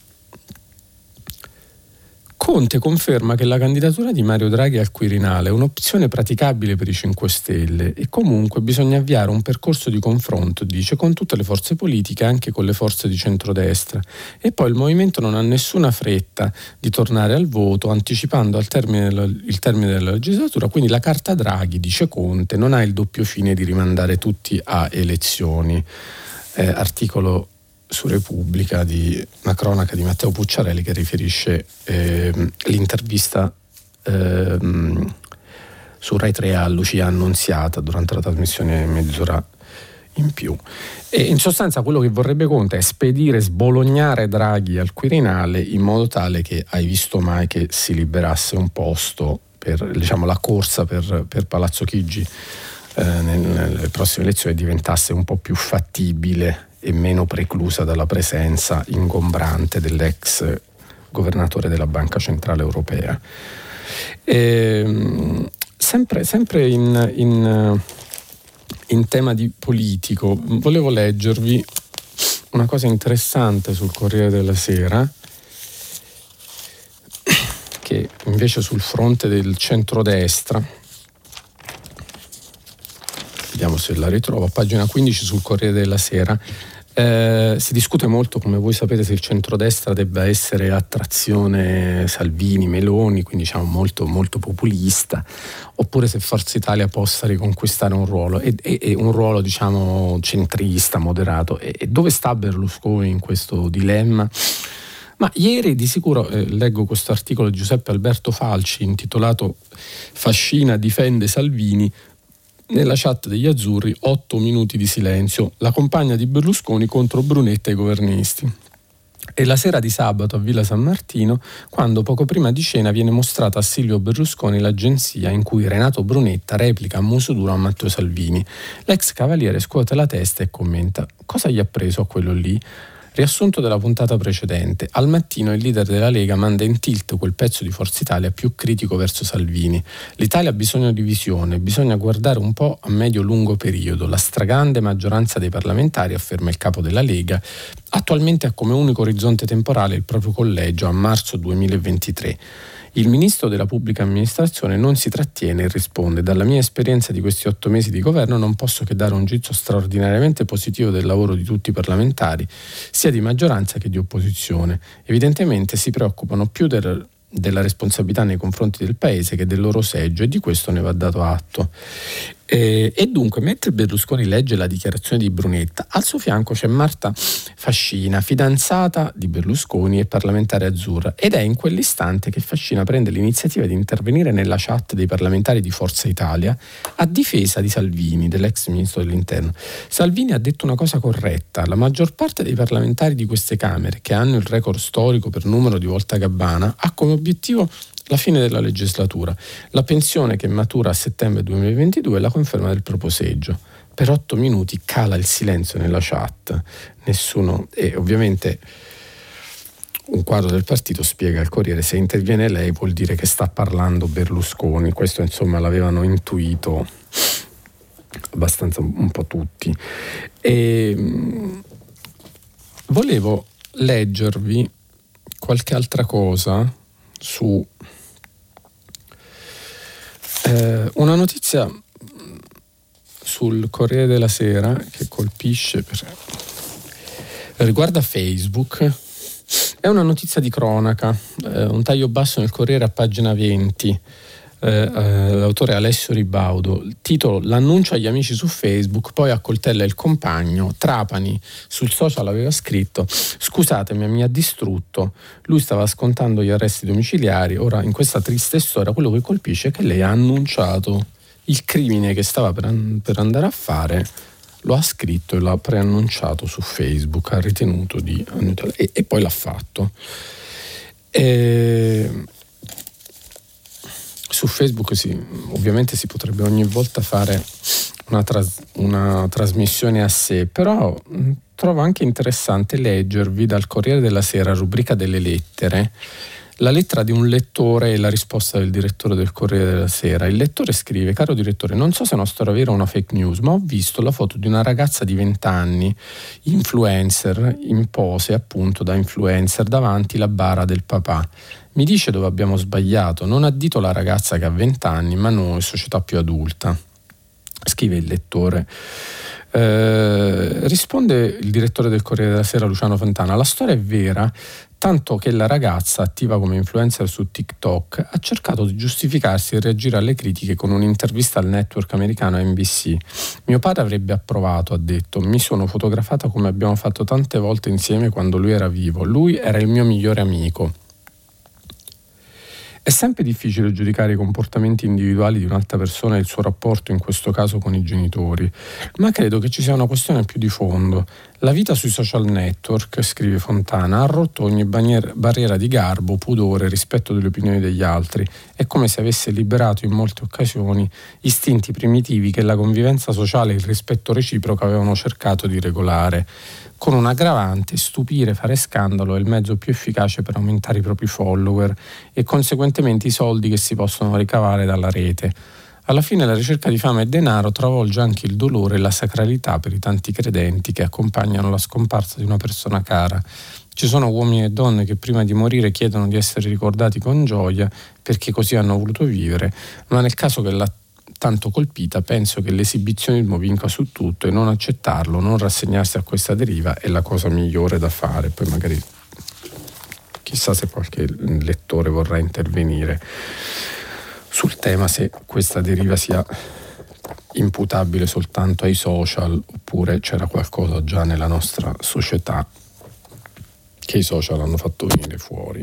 Conte conferma che la candidatura di Mario Draghi al Quirinale è un'opzione praticabile per i cinque Stelle e comunque bisogna avviare un percorso di confronto, dice, con tutte le forze politiche, anche con le forze di centrodestra. E poi il movimento non ha nessuna fretta di tornare al voto, anticipando al termine della, il termine della legislatura, quindi la carta Draghi, dice Conte, non ha il doppio fine di rimandare tutti a elezioni. Eh, articolo su Repubblica di una cronaca di Matteo Pucciarelli che riferisce eh, l'intervista eh, su Rai tre a Lucia Annunziata durante la trasmissione Mezz'ora in più. E in sostanza quello che vorrebbe Conte è spedire, sbolognare Draghi al Quirinale in modo tale che, hai visto mai, che si liberasse un posto per, diciamo, la corsa per, per Palazzo Chigi eh, nelle prossime elezioni diventasse un po' più fattibile e meno preclusa dalla presenza ingombrante dell'ex governatore della Banca Centrale Europea. E, sempre sempre in, in, in tema di politico, volevo leggervi una cosa interessante sul Corriere della Sera che invece sul fronte del centrodestra, vediamo se la ritrovo, a pagina quindici sul Corriere della Sera, Eh, si discute molto, come voi sapete, se il centrodestra debba essere a trazione Salvini, Meloni, quindi diciamo molto, molto populista, oppure se Forza Italia possa riconquistare un ruolo, e, e, e un ruolo diciamo centrista, moderato. E, e dove sta Berlusconi in questo dilemma? Ma ieri di sicuro eh, leggo questo articolo di Giuseppe Alberto Falci intitolato "Fascina difende Salvini". Nella chat degli azzurri otto minuti di silenzio, la compagna di Berlusconi contro Brunetta e i governisti. E la sera di sabato a Villa San Martino, quando poco prima di cena viene mostrata a Silvio Berlusconi l'agenzia in cui Renato Brunetta replica a muso duro a Matteo Salvini. L'ex cavaliere scuote la testa e commenta: cosa gli ha preso a quello lì? Riassunto della puntata precedente. Al mattino il leader della Lega manda in tilt quel pezzo di Forza Italia più critico verso Salvini. L'Italia ha bisogno di visione, bisogna guardare un po' a medio-lungo periodo. La stragrande maggioranza dei parlamentari, afferma il capo della Lega, attualmente ha come unico orizzonte temporale il proprio collegio a marzo duemilaventitré. Il ministro della pubblica amministrazione non si trattiene e risponde: dalla mia esperienza di questi otto mesi di governo non posso che dare un giudizio straordinariamente positivo del lavoro di tutti i parlamentari, sia di maggioranza che di opposizione. Evidentemente si preoccupano più del, della responsabilità nei confronti del paese che del loro seggio, e di questo ne va dato atto. E, e dunque, mentre Berlusconi legge la dichiarazione di Brunetta, al suo fianco c'è Marta Fascina, fidanzata di Berlusconi e parlamentare azzurra, ed è in quell'istante che Fascina prende l'iniziativa di intervenire nella chat dei parlamentari di Forza Italia a difesa di Salvini, dell'ex ministro dell'Interno. Salvini ha detto una cosa corretta: la maggior parte dei parlamentari di queste Camere, che hanno il record storico per numero di Voltagabbana, ha come obiettivo la fine della legislatura, la pensione che matura a settembre duemilaventidue e la conferma del proprio seggio. Per otto minuti cala il silenzio nella chat, nessuno, e ovviamente un quadro del partito spiega al Corriere: se interviene lei vuol dire che sta parlando Berlusconi. Questo insomma l'avevano intuito abbastanza un po' tutti. E volevo leggervi qualche altra cosa su eh, una notizia sul Corriere della Sera che colpisce, per, riguarda Facebook. È una notizia di cronaca, eh, un taglio basso nel Corriere a pagina venti. Eh, eh, l'autore Alessio Ribaudo, il titolo: l'annuncio agli amici su Facebook, poi accoltella il compagno. Trapani sul social aveva scritto: scusatemi, mi ha distrutto, lui stava scontando gli arresti domiciliari. Ora, in questa triste storia, quello che colpisce è che lei ha annunciato il crimine che stava per, an- per andare a fare, lo ha scritto e l'ha preannunciato su Facebook, ha ritenuto di e, e poi l'ha fatto. E su Facebook sì, ovviamente si potrebbe ogni volta fare una, tras- una trasmissione a sé, però mh, trovo anche interessante leggervi dal Corriere della Sera, rubrica delle lettere, la lettera di un lettore e la risposta del direttore del Corriere della Sera. Il lettore scrive: caro direttore, non so se è una storia vera o una fake news, ma ho visto la foto di una ragazza di venti anni, influencer, in pose appunto da influencer davanti la bara del papà. Mi dice dove abbiamo sbagliato, non addito la ragazza che ha venti anni, ma noi, società più adulta. Scrive il lettore. Eh, risponde il direttore del Corriere della Sera, Luciano Fontana: la storia è vera, tanto che la ragazza, attiva come influencer su TikTok, ha cercato di giustificarsi e reagire alle critiche con un'intervista al network americano N B C. Mio padre avrebbe approvato, ha detto, mi sono fotografata come abbiamo fatto tante volte insieme quando lui era vivo, lui era il mio migliore amico. È sempre difficile giudicare i comportamenti individuali di un'altra persona e il suo rapporto, in questo caso con i genitori, ma credo che ci sia una questione più di fondo. La vita sui social network, scrive Fontana, ha rotto ogni baniera, barriera di garbo, pudore, rispetto delle opinioni degli altri. È come se avesse liberato in molte occasioni istinti primitivi che la convivenza sociale e il rispetto reciproco avevano cercato di regolare. Con un aggravante: stupire, fare scandalo è il mezzo più efficace per aumentare i propri follower e conseguentemente i soldi che si possono ricavare dalla rete. Alla fine la ricerca di fama e denaro travolge anche il dolore e la sacralità per i tanti credenti che accompagnano la scomparsa di una persona cara. Ci sono uomini e donne che prima di morire chiedono di essere ricordati con gioia perché così hanno voluto vivere, ma nel caso che l'ha tanto colpita penso che l'esibizionismo vinca su tutto e non accettarlo, non rassegnarsi a questa deriva è la cosa migliore da fare. Poi magari chissà se qualche lettore vorrà intervenire sul tema, se questa deriva sia imputabile soltanto ai social oppure c'era qualcosa già nella nostra società che i social hanno fatto venire fuori.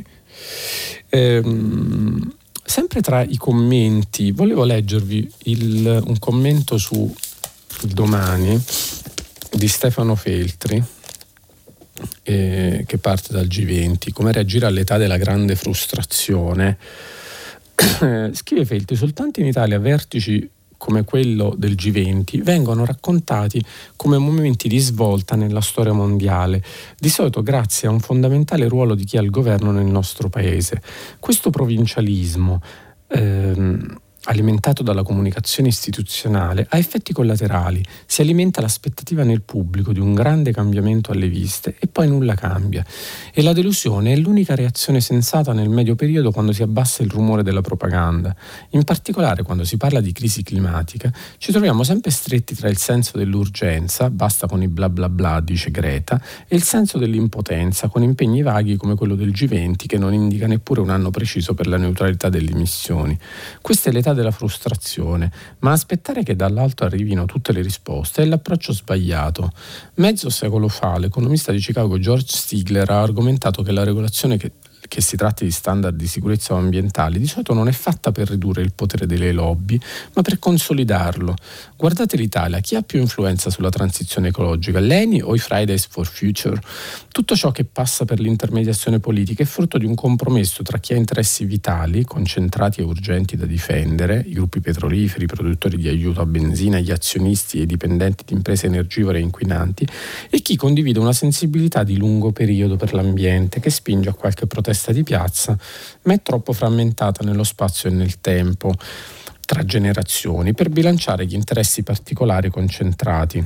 Ehm, sempre tra i commenti volevo leggervi il, un commento su Il Domani di Stefano Feltri, eh, che parte dal G venti, come reagire all'età della grande frustrazione. Scrive Feltri: soltanto in Italia vertici come quello del G venti vengono raccontati come momenti di svolta nella storia mondiale, di solito grazie a un fondamentale ruolo di chi ha il governo nel nostro paese. Questo provincialismo ehm, alimentato dalla comunicazione istituzionale ha effetti collaterali, si alimenta l'aspettativa nel pubblico di un grande cambiamento alle viste e poi nulla cambia, e la delusione è l'unica reazione sensata nel medio periodo quando si abbassa il rumore della propaganda. In particolare quando si parla di crisi climatica ci troviamo sempre stretti tra il senso dell'urgenza, basta con i bla bla bla, dice Greta, e il senso dell'impotenza con impegni vaghi come quello del G venti che non indica neppure un anno preciso per la neutralità delle emissioni. Questa è l'età della frustrazione, ma aspettare che dall'alto arrivino tutte le risposte è l'approccio sbagliato. Mezzo secolo fa l'economista di Chicago George Stigler ha argomentato che la regolazione che che si tratti di standard di sicurezza ambientali di solito non è fatta per ridurre il potere delle lobby, ma per consolidarlo. Guardate l'Italia, chi ha più influenza sulla transizione ecologica, l'E N I o i Fridays for Future? Tutto ciò che passa per l'intermediazione politica è frutto di un compromesso tra chi ha interessi vitali, concentrati e urgenti da difendere, i gruppi petroliferi, i produttori di aiuto a benzina, gli azionisti e i dipendenti di imprese energivore e inquinanti, e chi condivide una sensibilità di lungo periodo per l'ambiente che spinge a qualche protesta di piazza, ma è troppo frammentata nello spazio e nel tempo tra generazioni per bilanciare gli interessi particolari concentrati.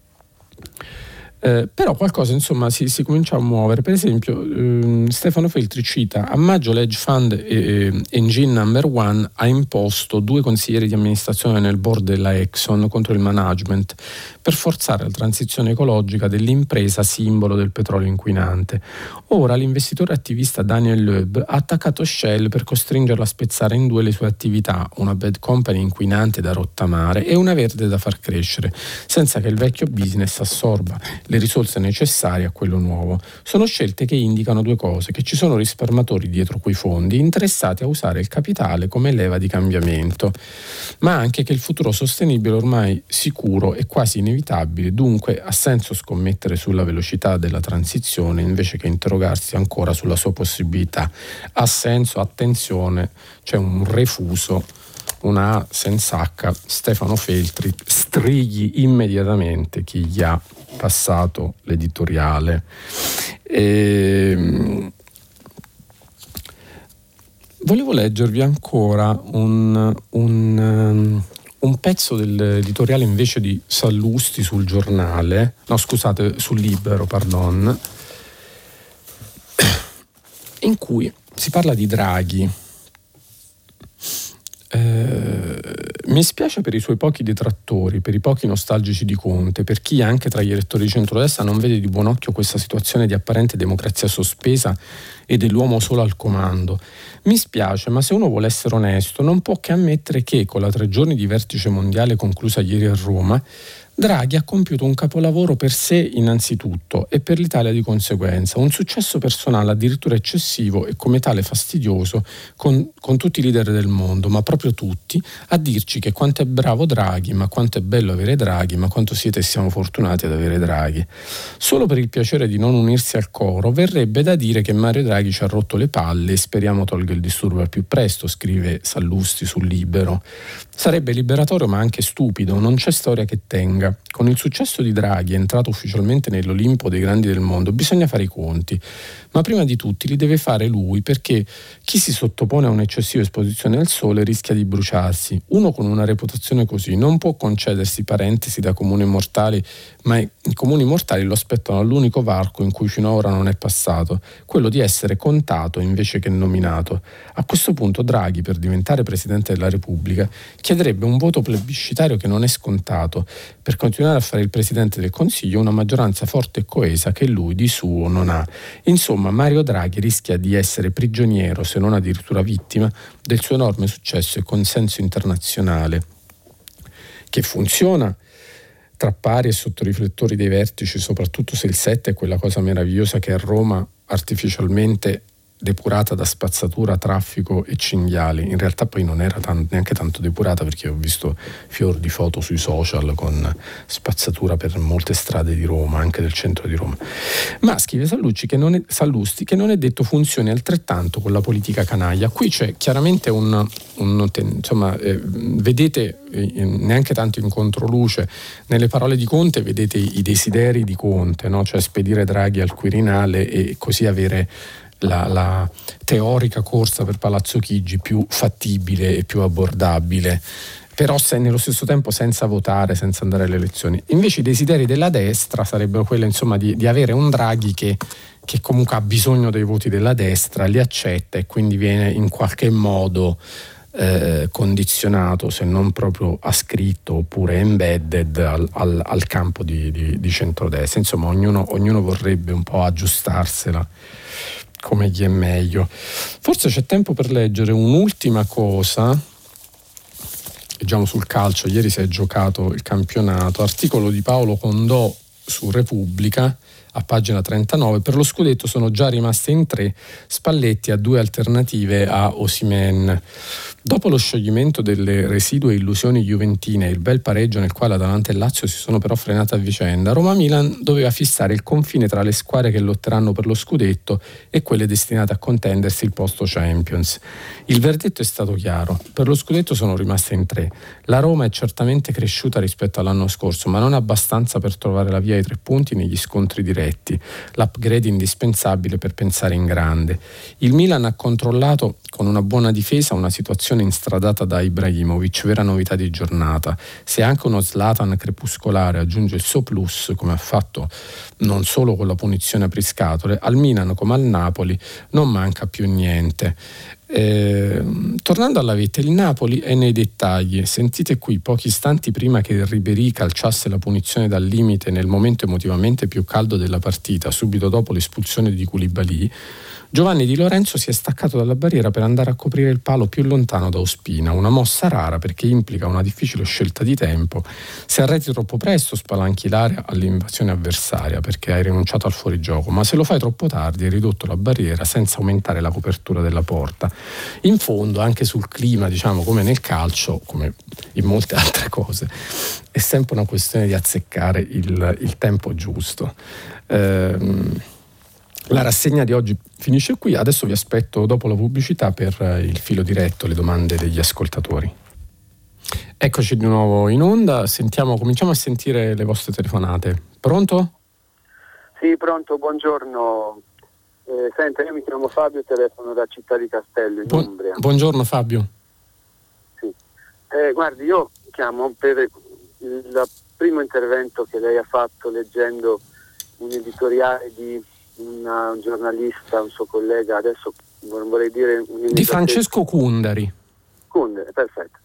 Eh, però qualcosa insomma si, si comincia a muovere. Per esempio ehm, Stefano Feltri cita: a maggio l'Hedge Fund eh, Engine Number One ha imposto due consiglieri di amministrazione nel board della Exxon contro il management per forzare la transizione ecologica dell'impresa simbolo del petrolio inquinante. Ora l'investitore attivista Daniel Loeb ha attaccato Shell per costringerlo a spezzare in due le sue attività, una bad company inquinante da rottamare e una verde da far crescere, senza che il vecchio business assorba le risorse necessarie a quello nuovo. Sono scelte che indicano due cose: che ci sono risparmiatori dietro quei fondi interessati a usare il capitale come leva di cambiamento, ma anche che il futuro sostenibile ormai sicuro è quasi inevitabile, dunque ha senso scommettere sulla velocità della transizione invece che interrogarsi ancora sulla sua possibilità. Ha senso, attenzione, c'è un refuso, una A senza H. Stefano Feltri strigli immediatamente chi gli ha passato l'editoriale. E volevo leggervi ancora un, un, un pezzo dell'editoriale invece di Sallusti sul Giornale, no scusate, sul Libero, pardon, in cui si parla di Draghi. Eh, mi spiace per i suoi pochi detrattori, per i pochi nostalgici di Conte, per chi anche tra gli elettori di centrodestra non vede di buon occhio questa situazione di apparente democrazia sospesa e dell'uomo solo al comando. Mi spiace, ma se uno vuole essere onesto non può che ammettere che con la tre giorni di vertice mondiale conclusa ieri a Roma, Draghi ha compiuto un capolavoro per sé innanzitutto e per l'Italia di conseguenza, un successo personale addirittura eccessivo e come tale fastidioso con, con tutti i leader del mondo, ma proprio tutti, a dirci che quanto è bravo Draghi, ma quanto è bello avere Draghi, ma quanto siete e siamo fortunati ad avere Draghi. Solo per il piacere di non unirsi al coro verrebbe da dire che Mario Draghi ci ha rotto le palle e speriamo tolga il disturbo al più presto, scrive Sallusti sul Libero. Sarebbe liberatorio ma anche stupido, non c'è storia che tenga. lunga. Con il successo di Draghi, entrato ufficialmente nell'Olimpo dei grandi del mondo, bisogna fare i conti, ma prima di tutti li deve fare lui, perché chi si sottopone a un'eccessiva esposizione al sole rischia di bruciarsi. Uno con una reputazione così non può concedersi parentesi da comuni mortali, ma i comuni mortali lo aspettano all'unico varco in cui fino ad ora non è passato, quello di essere contato invece che nominato. A questo punto Draghi, per diventare Presidente della Repubblica, chiederebbe un voto plebiscitario che non è scontato, per continuare a fare il Presidente del Consiglio una maggioranza forte e coesa che lui di suo non ha. Insomma, Mario Draghi rischia di essere prigioniero, se non addirittura vittima, del suo enorme successo e consenso internazionale, che funziona tra pari e sotto riflettori dei vertici, soprattutto se il set è quella cosa meravigliosa che è Roma artificialmente depurata da spazzatura, traffico e cinghiali. In realtà poi non era tan- neanche tanto depurata, perché ho visto fior di foto sui social con spazzatura per molte strade di Roma, anche del centro di Roma. Ma scrive Sallucci che non è, Sallusti che non è detto funzioni altrettanto con la politica canaglia. Qui c'è chiaramente un, un insomma eh, vedete eh, neanche tanto in controluce nelle parole di Conte, vedete i, i desideri di Conte, no? Cioè spedire Draghi al Quirinale e così avere La, la teorica corsa per Palazzo Chigi più fattibile e più abbordabile, però se, nello stesso tempo senza votare, senza andare alle elezioni. Invece i desideri della destra sarebbero quelli, insomma, di, di avere un Draghi che, che comunque ha bisogno dei voti della destra, li accetta e quindi viene in qualche modo eh, condizionato, se non proprio ascritto oppure embedded al, al, al campo di, di, di centrodestra. Insomma, ognuno, ognuno vorrebbe un po' aggiustarsela come gli è meglio. Forse c'è tempo per leggere un'ultima cosa. Leggiamo sul calcio, ieri si è giocato il campionato, articolo di Paolo Condò su Repubblica a pagina trentanove. Per lo scudetto sono già rimaste in tre, Spalletti ha due alternative a Osimhen. Dopo lo scioglimento delle residue illusioni juventine e il bel pareggio nel quale Atalanta e Lazio si sono però frenate a vicenda, Roma-Milan doveva fissare il confine tra le squadre che lotteranno per lo scudetto e quelle destinate a contendersi il posto Champions. Il verdetto è stato chiaro, per lo scudetto sono rimaste in tre. La Roma è certamente cresciuta rispetto all'anno scorso, ma non abbastanza per trovare la via ai tre punti negli scontri diretti, l'upgrade indispensabile per pensare in grande. Il Milan ha controllato con una buona difesa una situazione instradata da Ibrahimovic, vera novità di giornata. Se anche uno Zlatan crepuscolare aggiunge il suo plus, come ha fatto non solo con la punizione a Priscatole, al Milan come al Napoli non manca più niente. Eh, tornando alla vetta, il Napoli è nei dettagli. Sentite qui, pochi istanti prima che Ribéry calciasse la punizione dal limite nel momento emotivamente più caldo della partita, subito dopo l'espulsione di Koulibaly, Giovanni Di Lorenzo si è staccato dalla barriera per andare a coprire il palo più lontano da Ospina, una mossa rara perché implica una difficile scelta di tempo. Se arreti troppo presto spalanchi l'area all'invasione avversaria perché hai rinunciato al fuorigioco, ma se lo fai troppo tardi hai ridotto la barriera senza aumentare la copertura della porta. In fondo, anche sul clima, diciamo, come nel calcio, come in molte altre cose, è sempre una questione di azzeccare il, il tempo giusto. Ehm, La rassegna di oggi finisce qui, adesso vi aspetto dopo la pubblicità per il filo diretto, le domande degli ascoltatori. Eccoci di nuovo in onda, sentiamo, cominciamo a sentire le vostre telefonate. Pronto? Sì, pronto, buongiorno. Eh, senta, io mi chiamo Fabio e telefono da Città di Castello, in Bu- Umbria. Buongiorno Fabio. Sì. Eh, guardi, io chiamo per il primo intervento che lei ha fatto leggendo un editoriale di Una, un giornalista, un suo collega, adesso vorrei dire un di Francesco Cundari. Cundari, perfetto.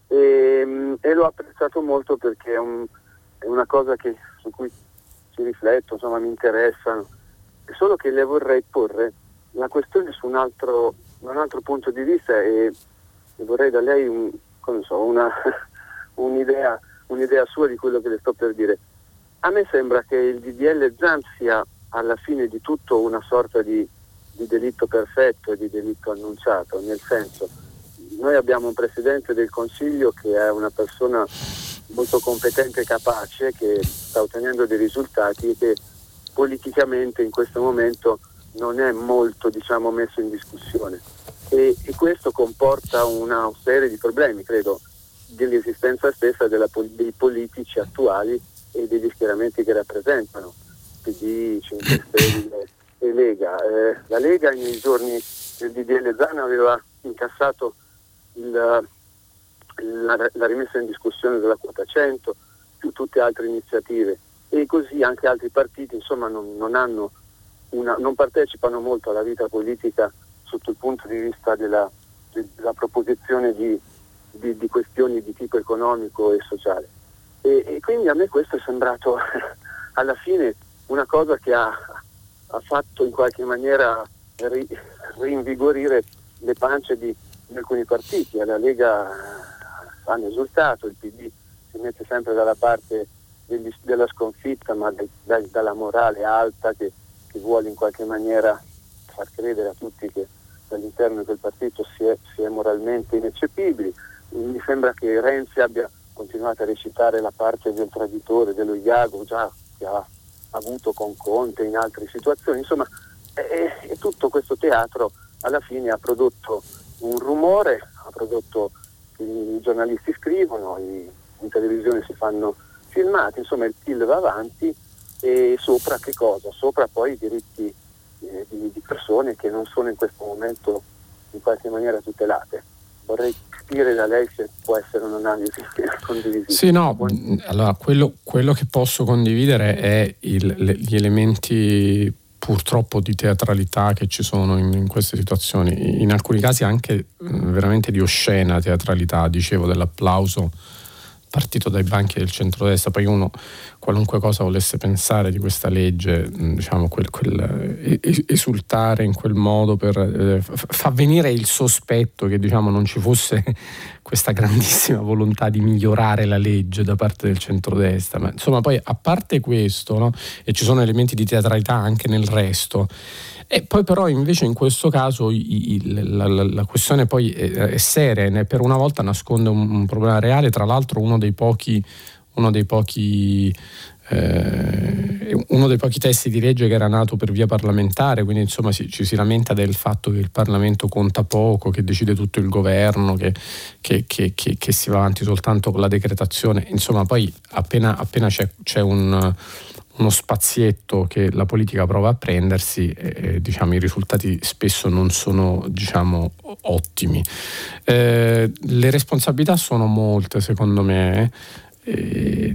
E, e l'ho apprezzato molto perché è, un, è una cosa che, su cui ci rifletto, insomma mi interessano. Solo che le vorrei porre la questione su un altro, un altro punto di vista e, e vorrei da lei un, come so, una, un'idea, un'idea sua di quello che le sto per dire. A me sembra che il D D L Zan sia alla fine di tutto una sorta di, di delitto perfetto, di delitto annunciato, nel senso, noi abbiamo un Presidente del Consiglio che è una persona molto competente e capace, che sta ottenendo dei risultati e che politicamente in questo momento non è molto, diciamo, messo in discussione. E, e questo comporta una serie di problemi, credo, dell'esistenza stessa della, dei politici attuali e degli schieramenti che rappresentano, P D, cinque Stelle e Lega. Eh, la Lega nei giorni del D D L Zan aveva incassato il, la, la rimessa in discussione della quota cento, più tutte altre iniziative, e così anche altri partiti insomma non, non hanno una, non partecipano molto alla vita politica sotto il punto di vista della, della proposizione di, di, di questioni di tipo economico e sociale. E, e quindi a me questo è sembrato alla fine una cosa che ha, ha fatto in qualche maniera ri, rinvigorire le pance di, di alcuni partiti. La Lega hanno esultato, il P D si mette sempre dalla parte degli, della sconfitta, ma de, da, dalla morale alta che, che vuole in qualche maniera far credere a tutti che all'interno di quel partito si è, si è moralmente ineccepibili. Mi sembra che Renzi abbia continuato a recitare la parte del traditore, dello Iago, già che ha avuto con Conte in altre situazioni. Insomma, e, e tutto questo teatro alla fine ha prodotto un rumore, ha prodotto i giornalisti scrivono, i, in televisione si fanno filmati, insomma il P I L va avanti, e sopra che cosa? Sopra poi i diritti eh, di, di persone che non sono in questo momento in qualche maniera tutelate. Vorrei capire da lei se può essere un'analisi condivisibile. Sì, no, allora quello, quello che posso condividere è il, le, gli elementi purtroppo di teatralità che ci sono in, in queste situazioni, in alcuni casi anche veramente di oscena teatralità, dicevo, dell'applauso partito dai banchi del centrodestra. Poi uno, qualunque cosa volesse pensare di questa legge, diciamo, quel, quel esultare in quel modo per eh, fa venire il sospetto che, diciamo, non ci fosse questa grandissima volontà di migliorare la legge da parte del centrodestra. Ma insomma, poi a parte questo, no, e ci sono elementi di teatralità anche nel resto. E poi però invece in questo caso i, i, la, la, la questione poi è, è seria, e per una volta nasconde un, un problema reale. Tra l'altro uno dei pochi uno dei pochi eh, uno dei pochi testi di legge che era nato per via parlamentare, quindi insomma si, ci si lamenta del fatto che il Parlamento conta poco, che decide tutto il governo, che, che, che, che, che si va avanti soltanto con la decretazione. Insomma, poi appena, appena c'è, c'è un uno spazietto che la politica prova a prendersi, eh, diciamo, i risultati spesso non sono, diciamo, ottimi. Eh, le responsabilità sono molte, secondo me, eh,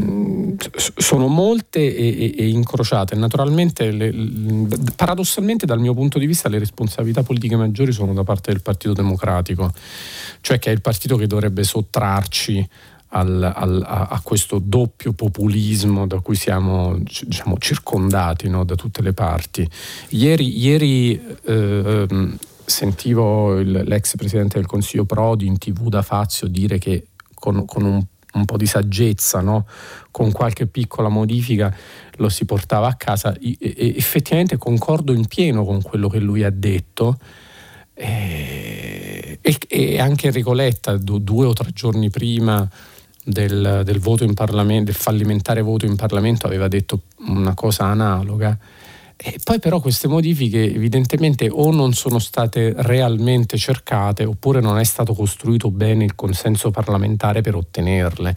sono molte e, e, e incrociate. Naturalmente, le, le, paradossalmente dal mio punto di vista, le responsabilità politiche maggiori sono da parte del Partito Democratico, cioè che è il partito che dovrebbe sottrarci Al, al, a, a questo doppio populismo da cui siamo, diciamo, circondati, no, da tutte le parti. Ieri, ieri eh, sentivo il, l'ex presidente del Consiglio Prodi in tivù da Fazio dire che con, con un, un po' di saggezza, no, con qualche piccola modifica lo si portava a casa. E, e, effettivamente concordo in pieno con quello che lui ha detto. E, e, e anche Enrico Letta due o tre giorni prima Del, del voto in Parlamento, del fallimentare voto in Parlamento, aveva detto una cosa analoga. E poi però queste modifiche evidentemente o non sono state realmente cercate, oppure non è stato costruito bene il consenso parlamentare per ottenerle.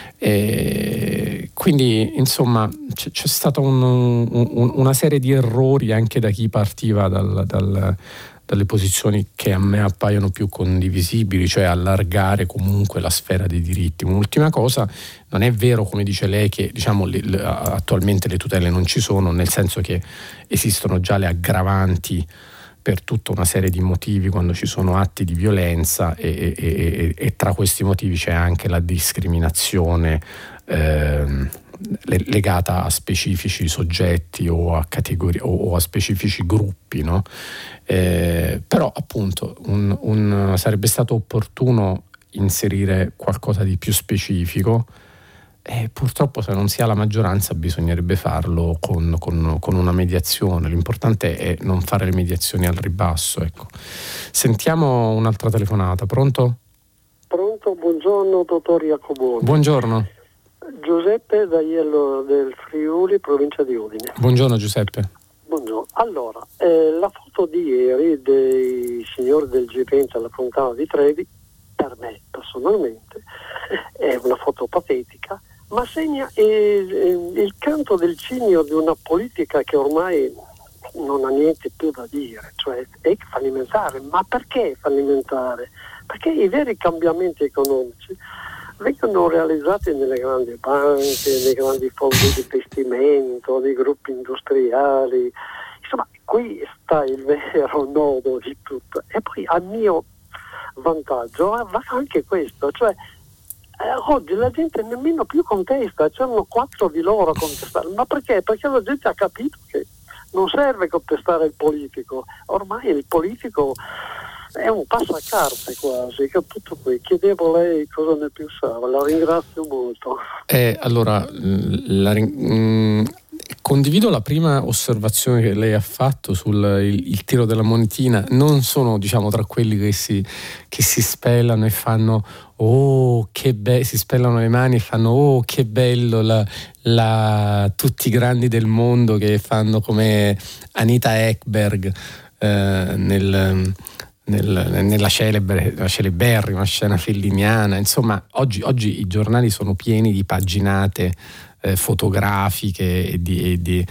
E quindi insomma c'è, c'è stata un, un, una serie di errori anche da chi partiva dal, dal dalle posizioni che a me appaiono più condivisibili, cioè allargare comunque la sfera dei diritti. Un'ultima cosa, non è vero, come dice lei, che, diciamo, le, le, attualmente le tutele non ci sono, nel senso che esistono già le aggravanti per tutta una serie di motivi quando ci sono atti di violenza, e, e, e, e tra questi motivi c'è anche la discriminazione ehm, legata a specifici soggetti o a categorie o a specifici gruppi, no? Eh, però appunto un, un, sarebbe stato opportuno inserire qualcosa di più specifico, e purtroppo se non si ha la maggioranza bisognerebbe farlo con, con, con una mediazione. L'importante è non fare le mediazioni al ribasso, ecco. Sentiamo un'altra telefonata. Pronto? Pronto, buongiorno dottor Iacoboni. Buongiorno. Giuseppe da Iello del Friuli, provincia di Udine. Buongiorno Giuseppe. Buongiorno. Allora, eh, la foto di ieri dei signori del G venti alla Fontana di Trevi per me personalmente è una foto patetica, ma segna il, il canto del cigno di una politica che ormai non ha niente più da dire, cioè è fallimentare. Ma perché fallimentare? Perché i veri cambiamenti economici vengono realizzati nelle grandi banche, nei grandi fondi di investimento, nei gruppi industriali. Insomma, qui sta il vero nodo di tutto. E poi a mio vantaggio va anche questo, cioè eh, oggi la gente nemmeno più contesta, c'erano quattro di loro a contestare. Ma perché? Perché la gente ha capito che non serve contestare il politico, ormai il politico è un passacarte quasi, tutto qui. Chiedevo lei cosa ne pensava, la ringrazio molto. Eh, allora, la, mh, condivido la prima osservazione che lei ha fatto sul il, il tiro della monetina. Non sono, diciamo, tra quelli che si, che si spellano e fanno oh che bello, si spellano le mani e fanno oh che bello la, la, tutti i grandi del mondo che fanno come Anita Ekberg eh, nel Nel, nella celebre, la celeberrima scena felliniana. Insomma, oggi, oggi i giornali sono pieni di paginate eh, fotografiche e di, e di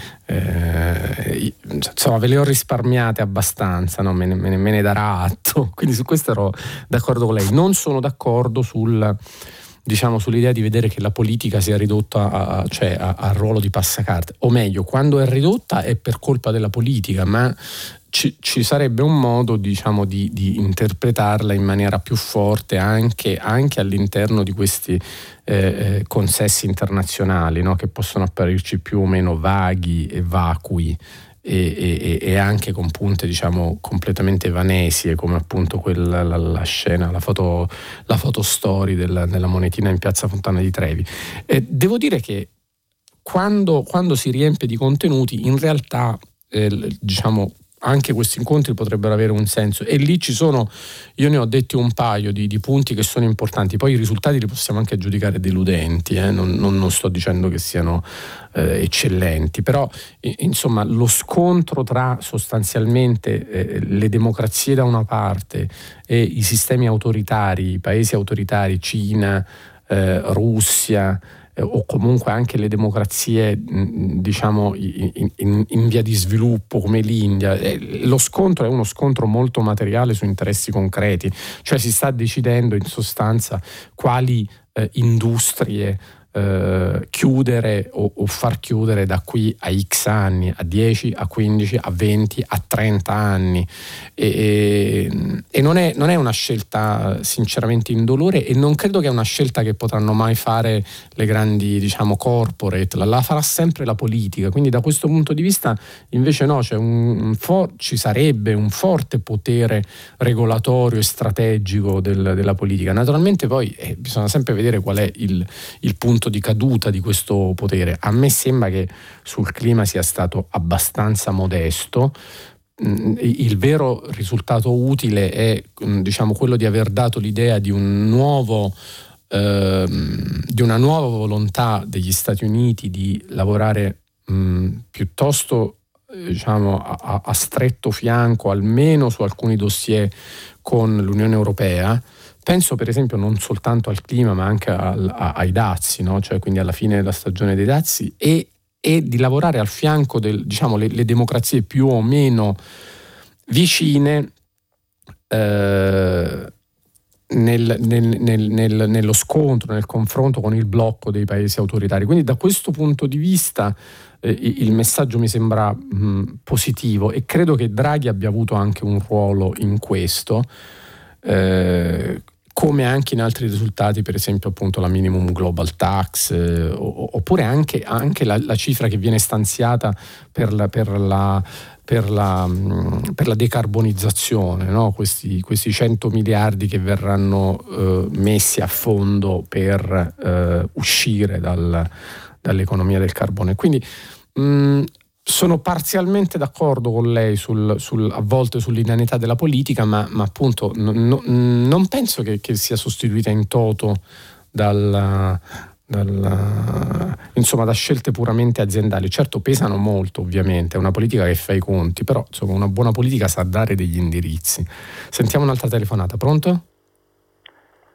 eh, insomma ve le ho risparmiate abbastanza, no? me, ne, me, ne, me ne darà atto, quindi su questo ero d'accordo con lei. Non sono d'accordo sul diciamo sull'idea di vedere che la politica sia ridotta a, cioè a, al ruolo di passacarte, o meglio, quando è ridotta è per colpa della politica, ma ci, ci sarebbe un modo, diciamo, di, di interpretarla in maniera più forte anche, anche all'interno di questi eh, consessi internazionali, no? Che possono apparirci più o meno vaghi e vacui e, e, e anche con punte, diciamo, completamente vanesie, come appunto quella, la, la scena, la foto, la foto story della, della monetina in piazza Fontana di Trevi. E devo dire che quando, quando si riempie di contenuti, in realtà eh, diciamo anche questi incontri potrebbero avere un senso, e lì ci sono, io ne ho detti un paio di, di punti che sono importanti. Poi i risultati li possiamo anche giudicare deludenti, eh? non, non, non sto dicendo che siano eh, eccellenti, però eh, insomma lo scontro tra sostanzialmente eh, le democrazie da una parte e i sistemi autoritari, i paesi autoritari, Cina, eh, Russia, o comunque anche le democrazie, diciamo, in, in, in via di sviluppo come l'India, lo scontro è uno scontro molto materiale su interessi concreti, cioè si sta decidendo in sostanza quali eh, industrie eh, chiudere o, o far chiudere da qui a X anni, a dieci, a quindici, a venti, a trenta anni, e, e, e non, è, non è una scelta sinceramente indolore, e non credo che è una scelta che potranno mai fare le grandi, diciamo, corporate, la, la farà sempre la politica. Quindi da questo punto di vista invece no, c'è un, un for- ci sarebbe un forte potere regolatorio e strategico del, della politica. Naturalmente poi eh, bisogna sempre vedere qual è il, il punto di caduta di questo potere. A me sembra che sul clima sia stato abbastanza modesto. Il vero risultato utile è, diciamo, quello di aver dato l'idea di un nuovo ehm, di una nuova volontà degli Stati Uniti di lavorare mh, piuttosto diciamo a, a stretto fianco, almeno su alcuni dossier, con l'Unione Europea. Penso per esempio non soltanto al clima, ma anche al, a, ai dazi, no? Cioè quindi alla fine della stagione dei dazi, e, e di lavorare al fianco del, diciamo, le, le democrazie più o meno vicine eh, nel, nel, nel, nel, nello scontro, nel confronto con il blocco dei paesi autoritari. Quindi da questo punto di vista eh, il messaggio mi sembra mh, positivo, e credo che Draghi abbia avuto anche un ruolo in questo. Eh, come anche in altri risultati, per esempio appunto la minimum global tax, eh, oppure anche, anche la, la cifra che viene stanziata per la, per la, per la, per la decarbonizzazione, no? questi, questi cento miliardi che verranno eh, messi a fondo per eh, uscire dal, dall'economia del carbone. Quindi mh, sono parzialmente d'accordo con lei sul, sul, a volte sull'inaneità della politica, ma, ma appunto no, no, non penso che, che sia sostituita in toto dal, dal, insomma, da scelte puramente aziendali. Certo pesano molto, ovviamente, è una politica che fa i conti, però insomma una buona politica sa dare degli indirizzi. Sentiamo un'altra telefonata. Pronto?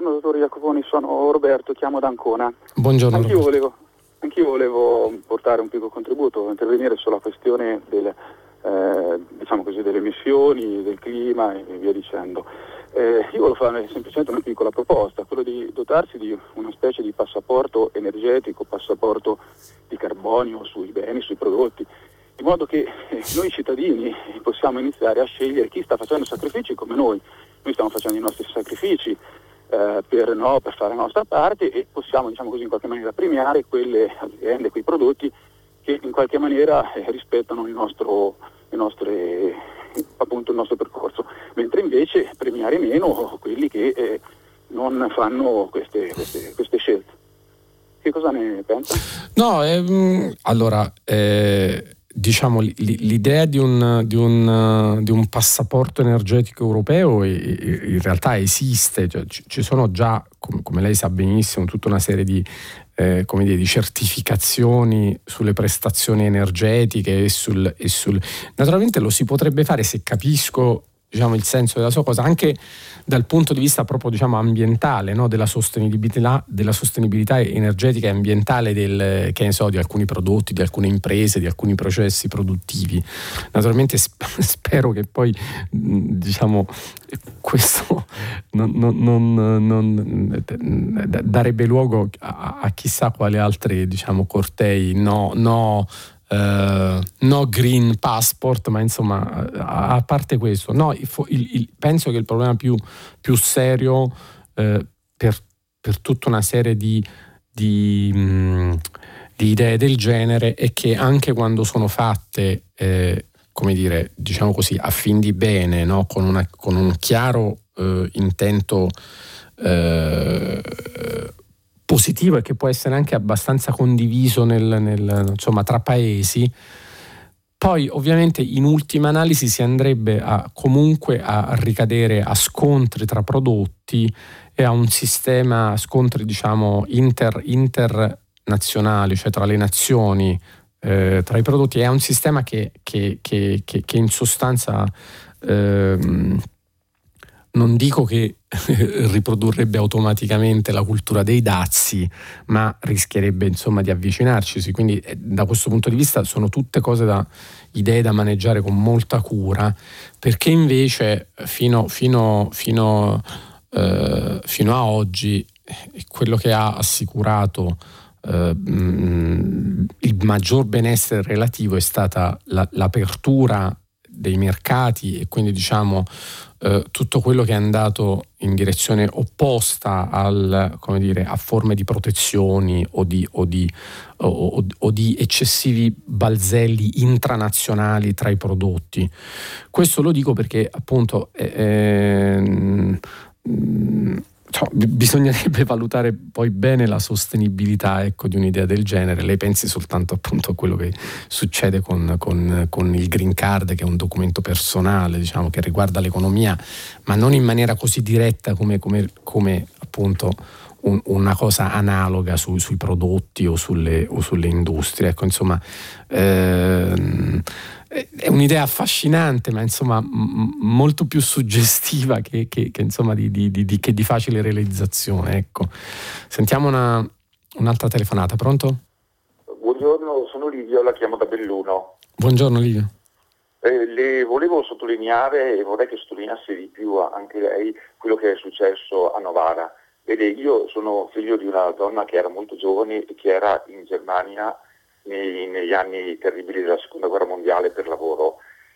buongiorno dottor Jacoponi, sono Roberto, chiamo da Ancona. Buongiorno. Anch'io volevo, anch'io volevo portare un piccolo contributo, intervenire sulla questione del, eh, diciamo così, delle emissioni, del clima e via dicendo. Eh, io volevo fare semplicemente una piccola proposta, quello di dotarsi di una specie di passaporto energetico, passaporto di carbonio sui beni, sui prodotti, in modo che eh, noi cittadini possiamo iniziare a scegliere chi sta facendo sacrifici come noi. Noi stiamo facendo i nostri sacrifici eh, per, no, per fare la nostra parte, e possiamo, diciamo così, in qualche maniera premiare quelle aziende, quei prodotti che in qualche maniera eh, rispettano il nostro, il nostre, appunto il nostro percorso, mentre invece premiare meno quelli che eh, non fanno queste, queste, queste scelte. Che cosa ne pensa? No, ehm, allora, eh, diciamo l'idea di un, di, un, di un passaporto energetico europeo in realtà esiste, cioè, ci sono già, come lei sa benissimo, tutta una serie di, eh, come dire, di certificazioni sulle prestazioni energetiche e sul, e sul... Naturalmente lo si potrebbe fare, se capisco, diciamo, il senso della sua cosa, anche dal punto di vista proprio, diciamo, ambientale, no? della sostenibilità, della sostenibilità energetica e ambientale del, che ne so, di alcuni prodotti, di alcune imprese, di alcuni processi produttivi. Naturalmente sp- spero che poi, diciamo, questo non, non, non, non darebbe luogo a, a chissà quale altre, diciamo, cortei no, no Uh, no green passport, ma insomma, a, a parte questo, no, il, il, penso che il problema più, più serio uh, per, per tutta una serie di, di, mh, di idee del genere è che anche quando sono fatte, eh, come dire, diciamo così, a fin di bene, no? con, una, con un chiaro uh, intento uh, positivo e che può essere anche abbastanza condiviso nel, nel, insomma, tra paesi, poi ovviamente in ultima analisi si andrebbe a, comunque a ricadere a scontri tra prodotti e a un sistema scontri, diciamo, inter, internazionali, cioè tra le nazioni, eh, tra i prodotti. È un sistema che, che, che, che, che in sostanza ehm, non dico che riprodurrebbe automaticamente la cultura dei dazi, ma rischierebbe, insomma, di avvicinarci. Quindi eh, da questo punto di vista sono tutte cose da idee da maneggiare con molta cura, perché invece fino, fino, fino, eh, fino a oggi quello che ha assicurato eh, mh, il maggior benessere relativo è stata la, l'apertura dei mercati, e quindi, diciamo, eh, tutto quello che è andato in direzione opposta al, come dire, a forme di protezioni o di, o di, o, o, o di eccessivi balzelli intranazionali tra i prodotti. Questo lo dico perché, appunto, eh, eh, cioè, bisognerebbe valutare poi bene la sostenibilità, ecco, di un'idea del genere. Lei pensi soltanto, appunto, a quello che succede con, con, con il Green Card, che è un documento personale, diciamo, che riguarda l'economia, ma non in maniera così diretta come, come, come appunto un, una cosa analoga su, sui prodotti o sulle, o sulle industrie. Ecco, insomma, ehm, è un'idea affascinante, ma insomma m- molto più suggestiva che, che, che insomma di, di, di, che di facile realizzazione. Ecco. Sentiamo una, un'altra telefonata. Pronto? Buongiorno, sono Livio, la chiamo da Belluno. Buongiorno Livio. Eh, le volevo sottolineare, e vorrei che sottolineasse di più anche lei, quello che è successo a Novara. Vede, io sono figlio di una donna che era molto giovane e che era in Germania Nei, negli anni terribili della seconda guerra mondiale per lavoro,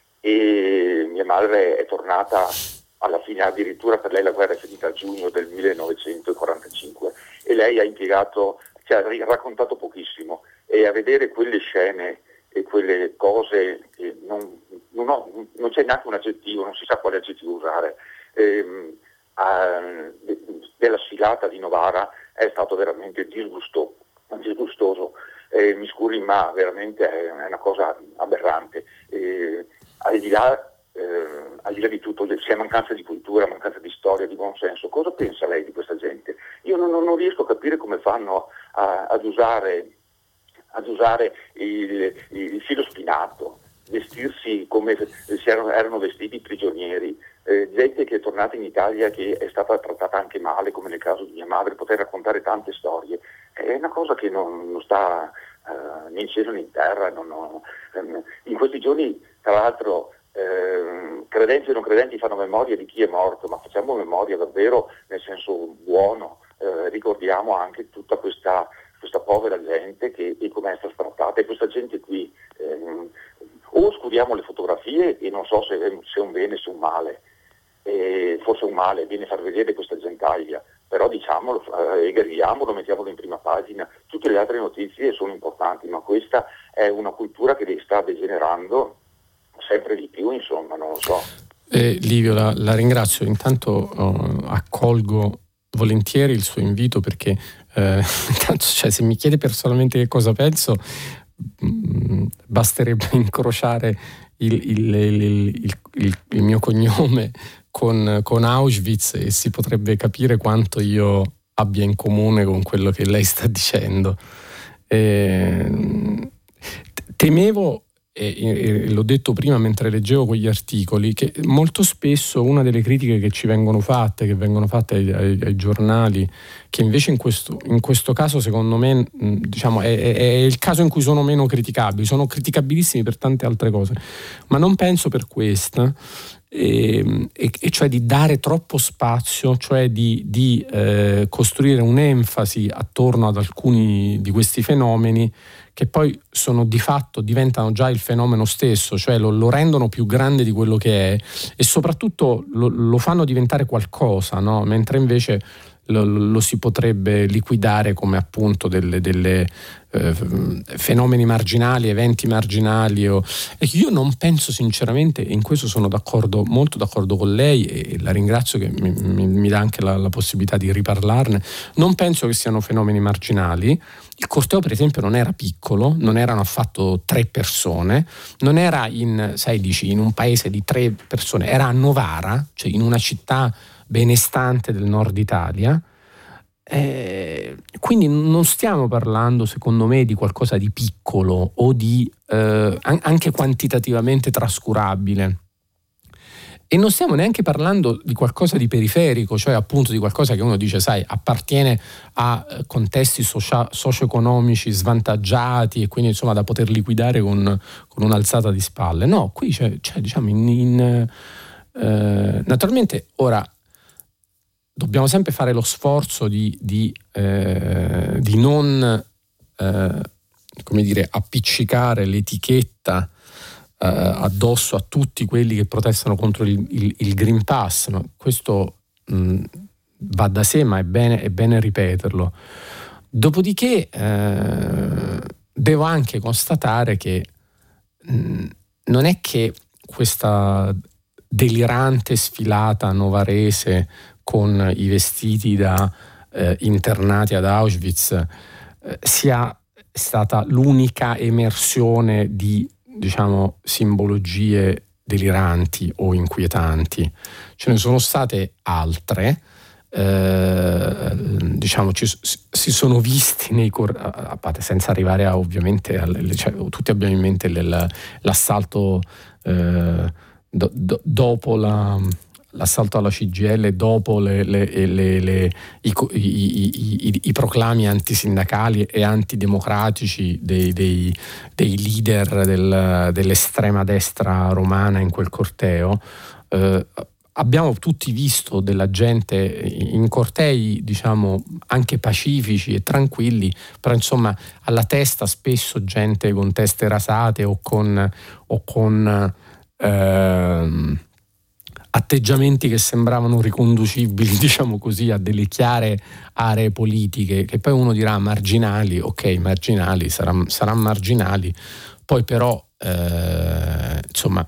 e mia madre è tornata alla fine, addirittura per lei la guerra è finita a giugno del millenovecentoquarantacinque, e lei ha impiegato, cioè ha raccontato pochissimo, e a vedere quelle scene e quelle cose che non, non, ho, non c'è neanche un aggettivo, non si sa quale aggettivo usare, ehm, a, della sfilata di Novara è stato veramente disgustoso, disgustoso. Eh, mi scusi, ma veramente è una cosa aberrante. Eh, al di là, eh, al di là di tutto, se è mancanza di cultura, mancanza di storia, di buon senso, cosa pensa lei di questa gente? Io non, non riesco a capire come fanno a, ad usare, ad usare il, il filo spinato, vestirsi come se erano, erano vestiti prigionieri, eh, gente che è tornata in Italia che è stata trattata anche male, come nel caso di mia madre, poter raccontare tante storie, è una cosa che non, non sta eh, né in cielo né in terra. Non, non, ehm, in questi giorni, tra l'altro, eh, credenti e non credenti fanno memoria di chi è morto, ma facciamo memoria davvero nel senso buono, eh, ricordiamo anche tutta questa, questa povera gente che, e come è stata trattata, e questa gente qui, eh, o oscuriamo le fotografie e non so se, se è un bene, se è un male, e forse è un male, viene far vedere questa gentaglia, però diciamolo, eh, egreghiamolo, mettiamolo in prima pagina. Tutte le altre notizie sono importanti, ma questa è una cultura che sta degenerando sempre di più, insomma, non lo so. Eh, Livio, la, la ringrazio. Intanto uh, accolgo volentieri il suo invito, perché eh, intanto, cioè, se mi chiede personalmente che cosa penso, mh, basterebbe incrociare il, il, il, il, il, il mio cognome con, con Auschwitz e si potrebbe capire quanto io abbia in comune con quello che lei sta dicendo. Eh, temevo, e, e l'ho detto prima mentre leggevo quegli articoli, che molto spesso una delle critiche che ci vengono fatte, che vengono fatte ai, ai, ai giornali, che invece in questo, in questo caso secondo me diciamo, è, è, è il caso in cui sono meno criticabili, sono criticabilissimi per tante altre cose, ma non penso per questa, e, e, e cioè di dare troppo spazio, cioè di, di eh, costruire un'enfasi attorno ad alcuni di questi fenomeni che poi sono di fatto, diventano già il fenomeno stesso, cioè lo, lo rendono più grande di quello che è, e soprattutto lo, lo fanno diventare qualcosa, no? Mentre invece lo, lo si potrebbe liquidare come appunto delle, delle eh, fenomeni marginali, eventi marginali. O... E io non penso sinceramente, e in questo sono d'accordo, molto d'accordo con lei, e la ringrazio che mi, mi, mi dà anche la, la possibilità di riparlarne, non penso che siano fenomeni marginali. Il corteo per esempio non era piccolo, non erano affatto tre persone, non era in, sai, dici, in un paese di tre persone, era a Novara, cioè in una città benestante del nord Italia. Eh, quindi non stiamo parlando, secondo me, di qualcosa di piccolo o di eh, anche quantitativamente trascurabile. E non stiamo neanche parlando di qualcosa di periferico, cioè appunto di qualcosa che uno dice, sai, appartiene a contesti socia- socio-economici svantaggiati e quindi insomma da poter liquidare con, con un'alzata di spalle. No, qui c'è, c'è diciamo in, in eh, naturalmente ora dobbiamo sempre fare lo sforzo di, di, eh, di non eh, come dire, appiccicare l'etichetta Uh, addosso a tutti quelli che protestano contro il, il, il Green Pass, ma questo mh, va da sé, ma è bene, è bene ripeterlo. Dopodiché uh, devo anche constatare che mh, non è che questa delirante sfilata novarese con i vestiti da uh, internati ad Auschwitz uh, sia stata l'unica emersione di, diciamo, simbologie deliranti o inquietanti. Ce ne sono state altre, eh, diciamo, ci, si sono visti nei cor- senza arrivare a ovviamente alle, cioè, tutti abbiamo in mente l- l'assalto eh, do- do- dopo la l'assalto alla C G I L, dopo le, le, le, le, i, i, i, i proclami antisindacali e antidemocratici dei, dei, dei leader del, dell'estrema destra romana in quel corteo. Eh, abbiamo tutti visto della gente in cortei, diciamo, anche pacifici e tranquilli, però insomma alla testa spesso gente con teste rasate o con, o con ehm, atteggiamenti che sembravano riconducibili, diciamo così, a delle chiare aree politiche, che poi uno dirà marginali, ok, marginali, sarà, saranno marginali, poi però eh, insomma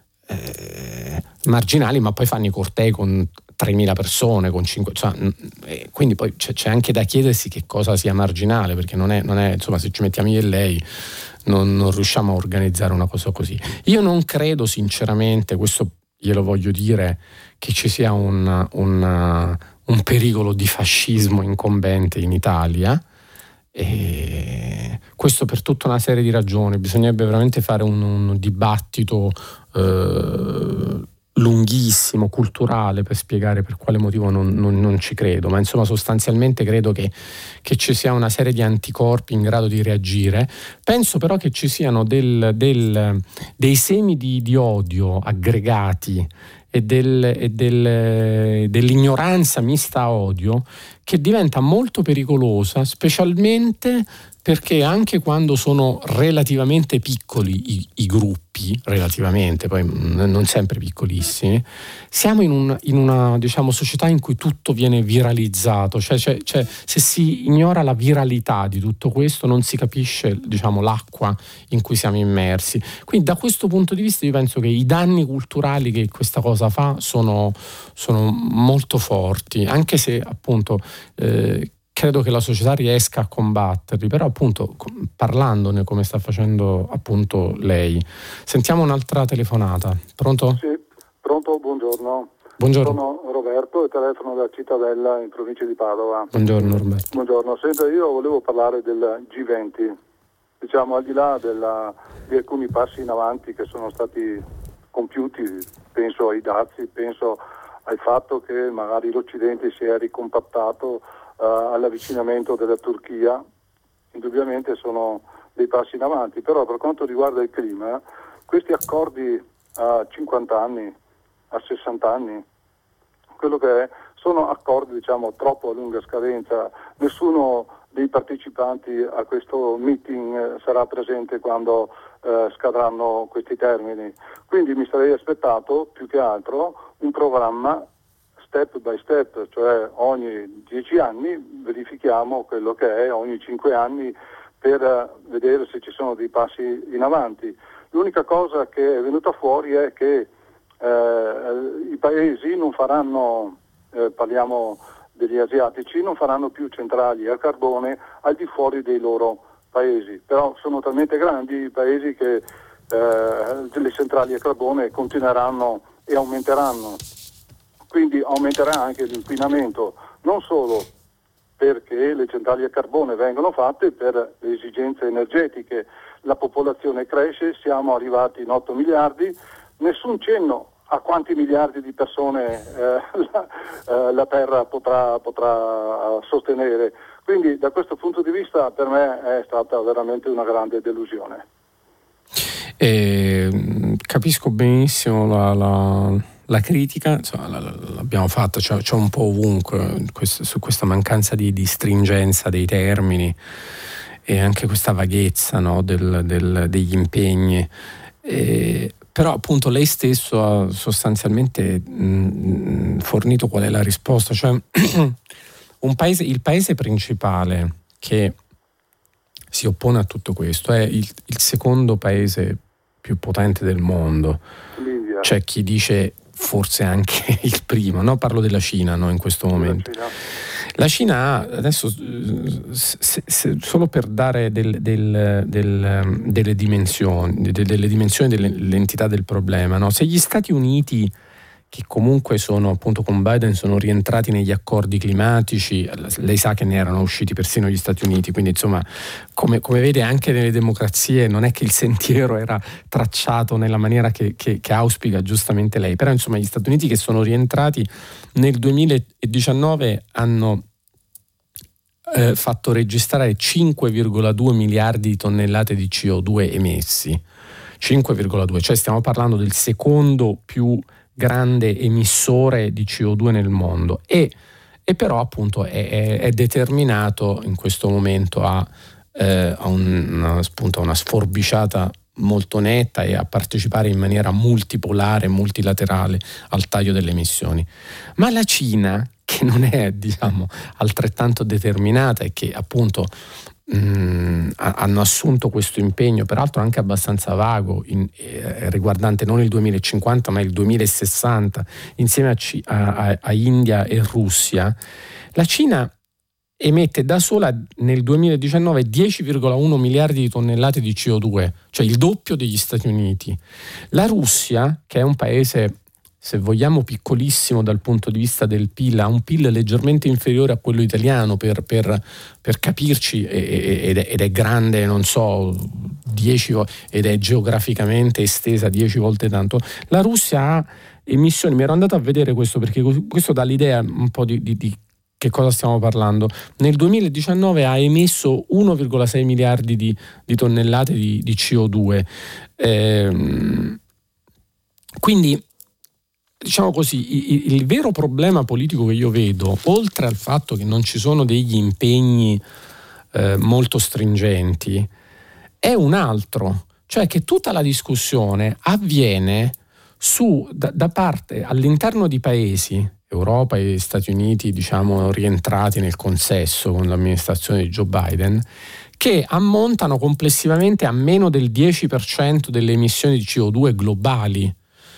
eh, marginali, ma poi fanno i cortei con tremila persone, con cinque, cioè, eh, quindi poi c'è, c'è anche da chiedersi che cosa sia marginale, perché non è, non è insomma, se ci mettiamo io e lei non, non riusciamo a organizzare una cosa così. Io non credo sinceramente, questo glielo voglio dire, che ci sia un, un, un pericolo di fascismo incombente in Italia, e questo per tutta una serie di ragioni. Bisognerebbe veramente fare un, un dibattito eh, lunghissimo, culturale, per spiegare per quale motivo non, non, non ci credo, ma insomma sostanzialmente credo che, che ci sia una serie di anticorpi in grado di reagire. Penso però che ci siano del, del, dei semi di, di odio aggregati e, del, e del, dell'ignoranza mista a odio che diventa molto pericolosa, specialmente perché anche quando sono relativamente piccoli i, i gruppi, relativamente, poi non sempre piccolissimi, siamo in, un, in una diciamo, società in cui tutto viene viralizzato, cioè, cioè, cioè se si ignora la viralità di tutto questo non si capisce diciamo, l'acqua in cui siamo immersi. Quindi da questo punto di vista io penso che i danni culturali che questa cosa fa sono, sono molto forti, anche se appunto eh, credo che la società riesca a combatterli, però appunto parlandone come sta facendo appunto lei. Sentiamo un'altra telefonata. Pronto? Sì, pronto, buongiorno. Buongiorno. Sono Roberto e telefono da Cittadella in provincia di Padova. Buongiorno Roberto. Buongiorno, senta, io volevo parlare del G venti, diciamo al di là della, di alcuni passi in avanti che sono stati compiuti, penso ai dazi, penso al fatto che magari l'Occidente si è ricompattato Uh, all'avvicinamento della Turchia, indubbiamente sono dei passi in avanti, però per quanto riguarda il clima, questi accordi a cinquanta anni, a sessanta anni, quello che è, sono accordi diciamo troppo a lunga scadenza, nessuno dei partecipanti a questo meeting eh, sarà presente quando eh, scadranno questi termini, quindi mi sarei aspettato più che altro un programma step by step, cioè ogni dieci anni verifichiamo quello che è, ogni cinque anni per vedere se ci sono dei passi in avanti. L'unica cosa che è venuta fuori è che eh, i paesi non faranno, eh, parliamo degli asiatici, non faranno più centrali a carbone al di fuori dei loro paesi, però sono talmente grandi i paesi che eh, le centrali a carbone continueranno e aumenteranno. Quindi aumenterà anche l'inquinamento, non solo perché le centrali a carbone vengono fatte per le esigenze energetiche, la popolazione cresce, siamo arrivati in otto miliardi, nessun cenno a quanti miliardi di persone eh, la, eh, la Terra potrà, potrà sostenere. Quindi da questo punto di vista per me è stata veramente una grande delusione. Eh, capisco benissimo la... la... La critica, insomma, l'abbiamo fatta, c'è, c'è un po' ovunque questo, su questa mancanza di, di stringenza dei termini e anche questa vaghezza, no, del, del, degli impegni. E, però appunto lei stesso ha sostanzialmente mh, fornito qual è la risposta, cioè un paese, il paese principale che si oppone a tutto questo è il, il secondo paese più potente del mondo. L'India. C'è chi dice forse anche il primo, no? Parlo della Cina, no? In questo momento. La Cina ha, adesso, se, se, solo per dare del, del, del, delle dimensioni, de, delle dimensioni dell'entità del problema, no? Se gli Stati Uniti, che comunque sono appunto con Biden sono rientrati negli accordi climatici, lei sa che ne erano usciti persino gli Stati Uniti, quindi insomma come, come vede anche nelle democrazie non è che il sentiero era tracciato nella maniera che, che, che auspica giustamente lei, però insomma gli Stati Uniti che sono rientrati nel duemiladiciannove hanno eh, fatto registrare cinque virgola due miliardi di tonnellate di C O due emessi, cinque virgola due, cioè stiamo parlando del secondo più grande emissore di C O due nel mondo e, e però appunto è, è, è determinato in questo momento a, eh, a un, appunto, una sforbiciata molto netta e a partecipare in maniera multipolare, multilaterale al taglio delle emissioni. Ma la Cina, che non è diciamo altrettanto determinata e che appunto mh, hanno assunto questo impegno, peraltro anche abbastanza vago, in, eh, riguardante non il duemilacinquanta ma il duemilasessanta, insieme a, C- a, a, a India e Russia, la Cina emette da sola nel duemiladiciannove dieci virgola uno miliardi di tonnellate di C O due, cioè il doppio degli Stati Uniti. La Russia, che è un paese, se vogliamo, piccolissimo dal punto di vista del P I L, ha un P I L leggermente inferiore a quello italiano per, per, per capirci, ed è, ed è grande, non so, dieci ed è geograficamente estesa dieci volte tanto. La Russia ha emissioni, mi ero andato a vedere questo perché questo dà l'idea un po' di, di, di che cosa stiamo parlando. Nel duemiladiciannove ha emesso uno virgola sei miliardi di, di tonnellate di, di C O due. Ehm, quindi, diciamo così, il, il vero problema politico che io vedo, oltre al fatto che non ci sono degli impegni eh, molto stringenti, è un altro, cioè che tutta la discussione avviene su da, da parte all'interno di paesi, Europa e Stati Uniti, diciamo, rientrati nel consesso con l'amministrazione di Joe Biden, che ammontano complessivamente a meno del dieci per cento delle emissioni di C O due globali.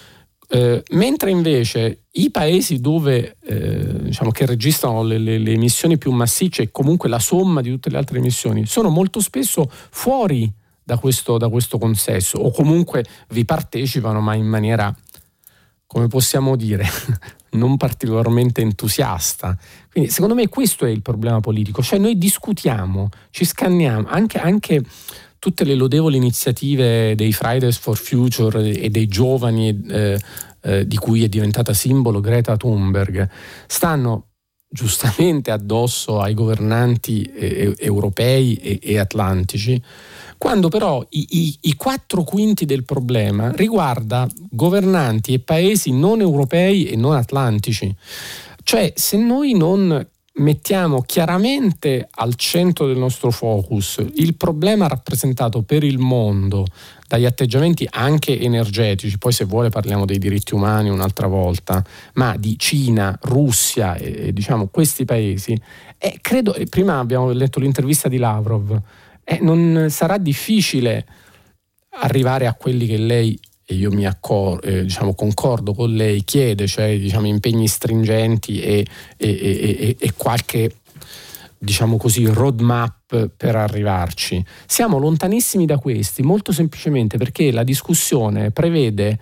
Eh, mentre invece i paesi dove eh, diciamo che registrano le, le, le emissioni più massicce e comunque la somma di tutte le altre emissioni sono molto spesso fuori da questo, da questo consesso, o comunque vi partecipano ma in maniera, come possiamo dire, non particolarmente entusiasta. Quindi secondo me questo è il problema politico, cioè noi discutiamo, ci scanniamo anche, anche tutte le lodevoli iniziative dei Fridays for Future e dei giovani eh, eh, di cui è diventata simbolo Greta Thunberg, stanno giustamente addosso ai governanti eh, europei e, e atlantici, quando però i, i, i quattro quinti del problema riguarda governanti e paesi non europei e non atlantici. Cioè, se noi non mettiamo chiaramente al centro del nostro focus il problema rappresentato per il mondo dagli atteggiamenti anche energetici, poi se vuole parliamo dei diritti umani un'altra volta, ma di Cina, Russia e, e diciamo questi paesi, e credo, prima abbiamo letto l'intervista di Lavrov, eh, non sarà difficile arrivare a quelli che lei, e io mi accor- eh, diciamo, concordo con lei, chiede, cioè diciamo impegni stringenti e, e, e, e qualche, diciamo così, roadmap per arrivarci. Siamo lontanissimi da questi, molto semplicemente perché la discussione prevede,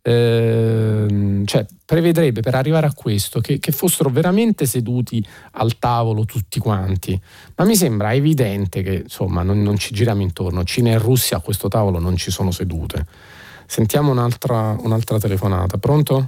eh, cioè prevedrebbe per arrivare a questo che, che fossero veramente seduti al tavolo tutti quanti, ma mi sembra evidente che insomma non, non ci giriamo intorno. Cina e Russia a questo tavolo non ci sono sedute. Sentiamo un'altra, un'altra telefonata. Pronto?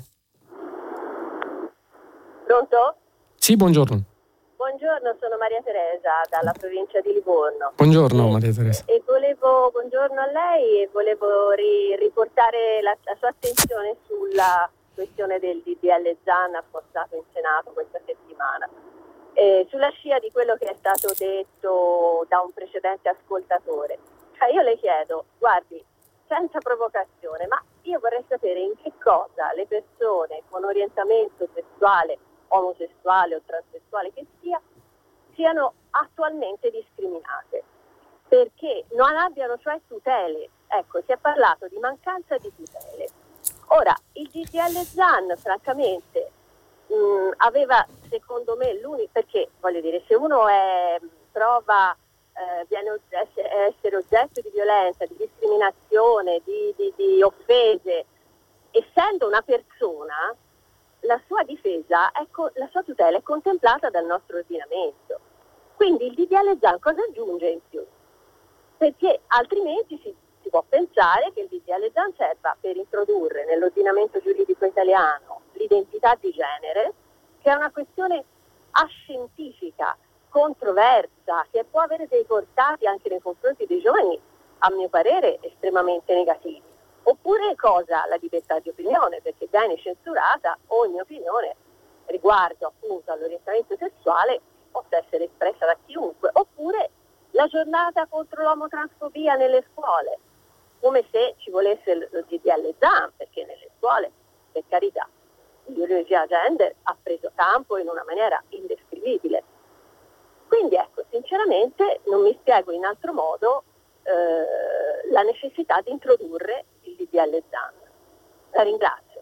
Pronto? Sì, buongiorno. Buongiorno, sono Maria Teresa dalla provincia di Livorno. Buongiorno e, Maria Teresa. E volevo, buongiorno a lei, e volevo ri, riportare la, la sua attenzione sulla questione del D D L Zan affossato in Senato questa settimana. Eh, sulla scia di quello che è stato detto da un precedente ascoltatore. Cioè io le chiedo, guardi, senza provocazione, ma io vorrei sapere in che cosa le persone con orientamento sessuale, omosessuale o transessuale che sia, siano attualmente discriminate, perché non abbiano cioè tutele. Ecco, si è parlato di mancanza di tutele. Ora, il D D L Zan, francamente, mh, aveva, secondo me, l'unico, perché, voglio dire, se uno è, trova, eh, viene a essere oggetto di violenza, di discriminazione, di, di, di offese, essendo una persona, la sua difesa, ecco, la sua tutela è contemplata dal nostro ordinamento. Quindi il D D L Zan cosa aggiunge in più? Perché altrimenti si, si può pensare che il D D L Zan serva per introdurre nell'ordinamento giuridico italiano l'identità di genere, che è una questione ascientifica, controversa, che può avere dei portati anche nei confronti dei giovani, a mio parere, estremamente negativi. Oppure cosa? La libertà di opinione, perché viene censurata ogni opinione riguardo appunto all'orientamento sessuale, possa essere espressa da chiunque. Oppure la giornata contro l'omotransfobia nelle scuole, come se ci volesse il D D L Zan, perché nelle scuole, per carità, l'ideologia gender ha preso campo in una maniera indescrivibile. Quindi ecco, sinceramente non mi spiego in altro modo eh, la necessità di introdurre il D D L Zan. La ringrazio.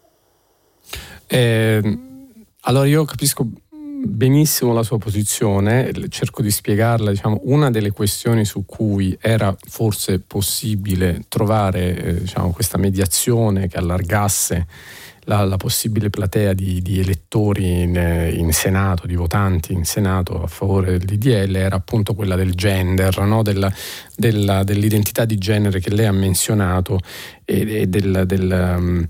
Eh, allora io capisco benissimo la sua posizione, cerco di spiegarla. Diciamo, una delle questioni su cui era forse possibile trovare eh, diciamo, questa mediazione che allargasse la, la possibile platea di, di elettori in, in Senato, di votanti in Senato a favore del D D L, era appunto quella del gender, no? della, della, dell'identità di genere che lei ha menzionato, e, e del, del um,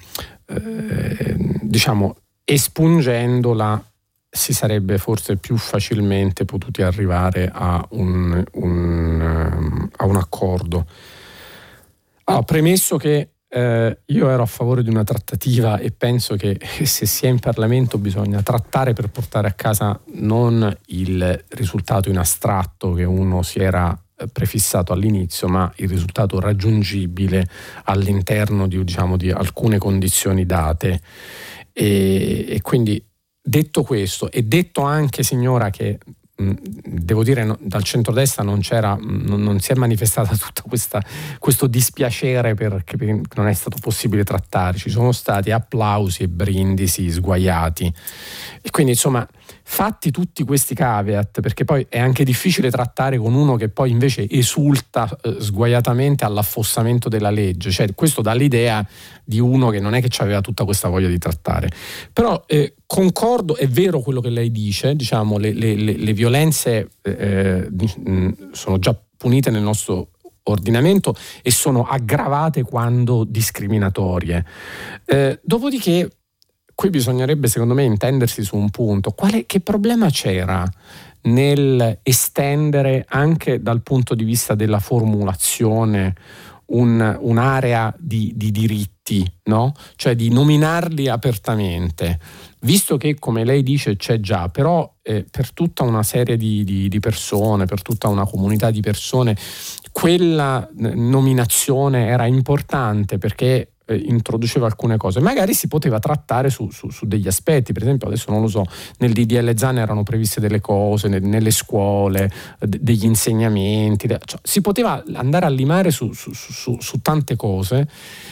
eh, diciamo, espungendola si sarebbe forse più facilmente potuti arrivare a un, un, a un accordo. Allora, premesso che eh, io ero a favore di una trattativa e penso che se si è in Parlamento bisogna trattare per portare a casa non il risultato in astratto che uno si era prefissato all'inizio, ma il risultato raggiungibile all'interno di, diciamo, di alcune condizioni date. E, e quindi, detto questo, e detto anche, signora, che mh, devo dire no, dal centrodestra non c'era, non, non si è manifestata tutta questa questo dispiacere perché, perché non è stato possibile trattare, ci sono stati applausi e brindisi sguaiati, e quindi insomma, fatti tutti questi caveat, perché poi è anche difficile trattare con uno che poi invece esulta eh, sguaiatamente all'affossamento della legge, cioè questo dà l'idea di uno che non è che aveva tutta questa voglia di trattare. Però eh, concordo, è vero quello che lei dice, diciamo le, le, le, le violenze eh, sono già punite nel nostro ordinamento e sono aggravate quando discriminatorie. Eh, dopodiché qui bisognerebbe, secondo me, intendersi su un punto. Quale, che problema c'era nel estendere anche dal punto di vista della formulazione un, un'area di, di diritti, no? Cioè di nominarli apertamente, visto che, come lei dice, c'è già, però eh, per tutta una serie di, di, di persone, per tutta una comunità di persone, quella nominazione era importante perché Eh, introduceva alcune cose, magari si poteva trattare su, su, su degli aspetti. Per esempio, adesso non lo so, nel D D L Zan erano previste delle cose ne, nelle scuole, d- degli insegnamenti, de- cioè, si poteva andare a limare su, su, su, su tante cose,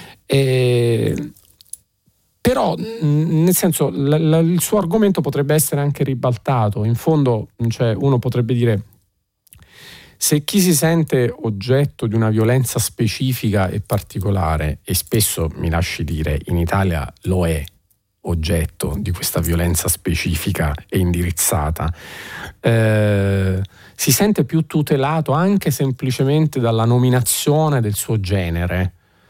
e, però n- nel senso l- l- il suo argomento potrebbe essere anche ribaltato. In fondo, cioè, uno potrebbe dire: se chi si sente oggetto di una violenza specifica e particolare, e spesso, mi lasci dire, in Italia lo è oggetto di questa violenza specifica e indirizzata, eh, si sente più tutelato anche semplicemente dalla nominazione del suo genere,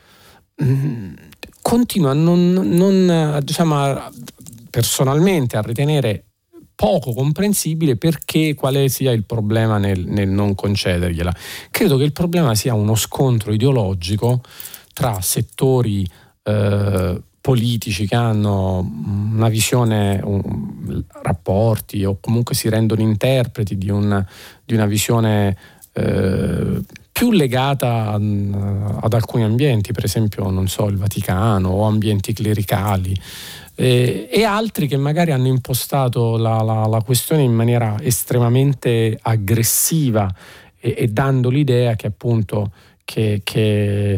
continua a non, non diciamo, personalmente a ritenere poco comprensibile perché quale sia il problema nel, nel non concedergliela. Credo che il problema sia uno scontro ideologico tra settori eh, politici che hanno una visione, un, rapporti o comunque si rendono interpreti di, un, di una visione eh, più legata a, ad alcuni ambienti, per esempio, non so, il Vaticano o ambienti clericali, Eh, e altri che magari hanno impostato la, la, la questione in maniera estremamente aggressiva e, e dando l'idea che appunto che, che,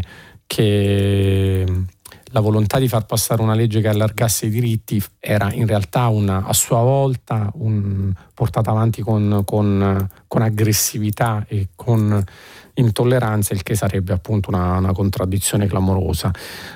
che la volontà di far passare una legge che allargasse i diritti era in realtà una, a sua volta un, portata avanti con, con, con aggressività e con intolleranza, il che sarebbe appunto una, una contraddizione clamorosa.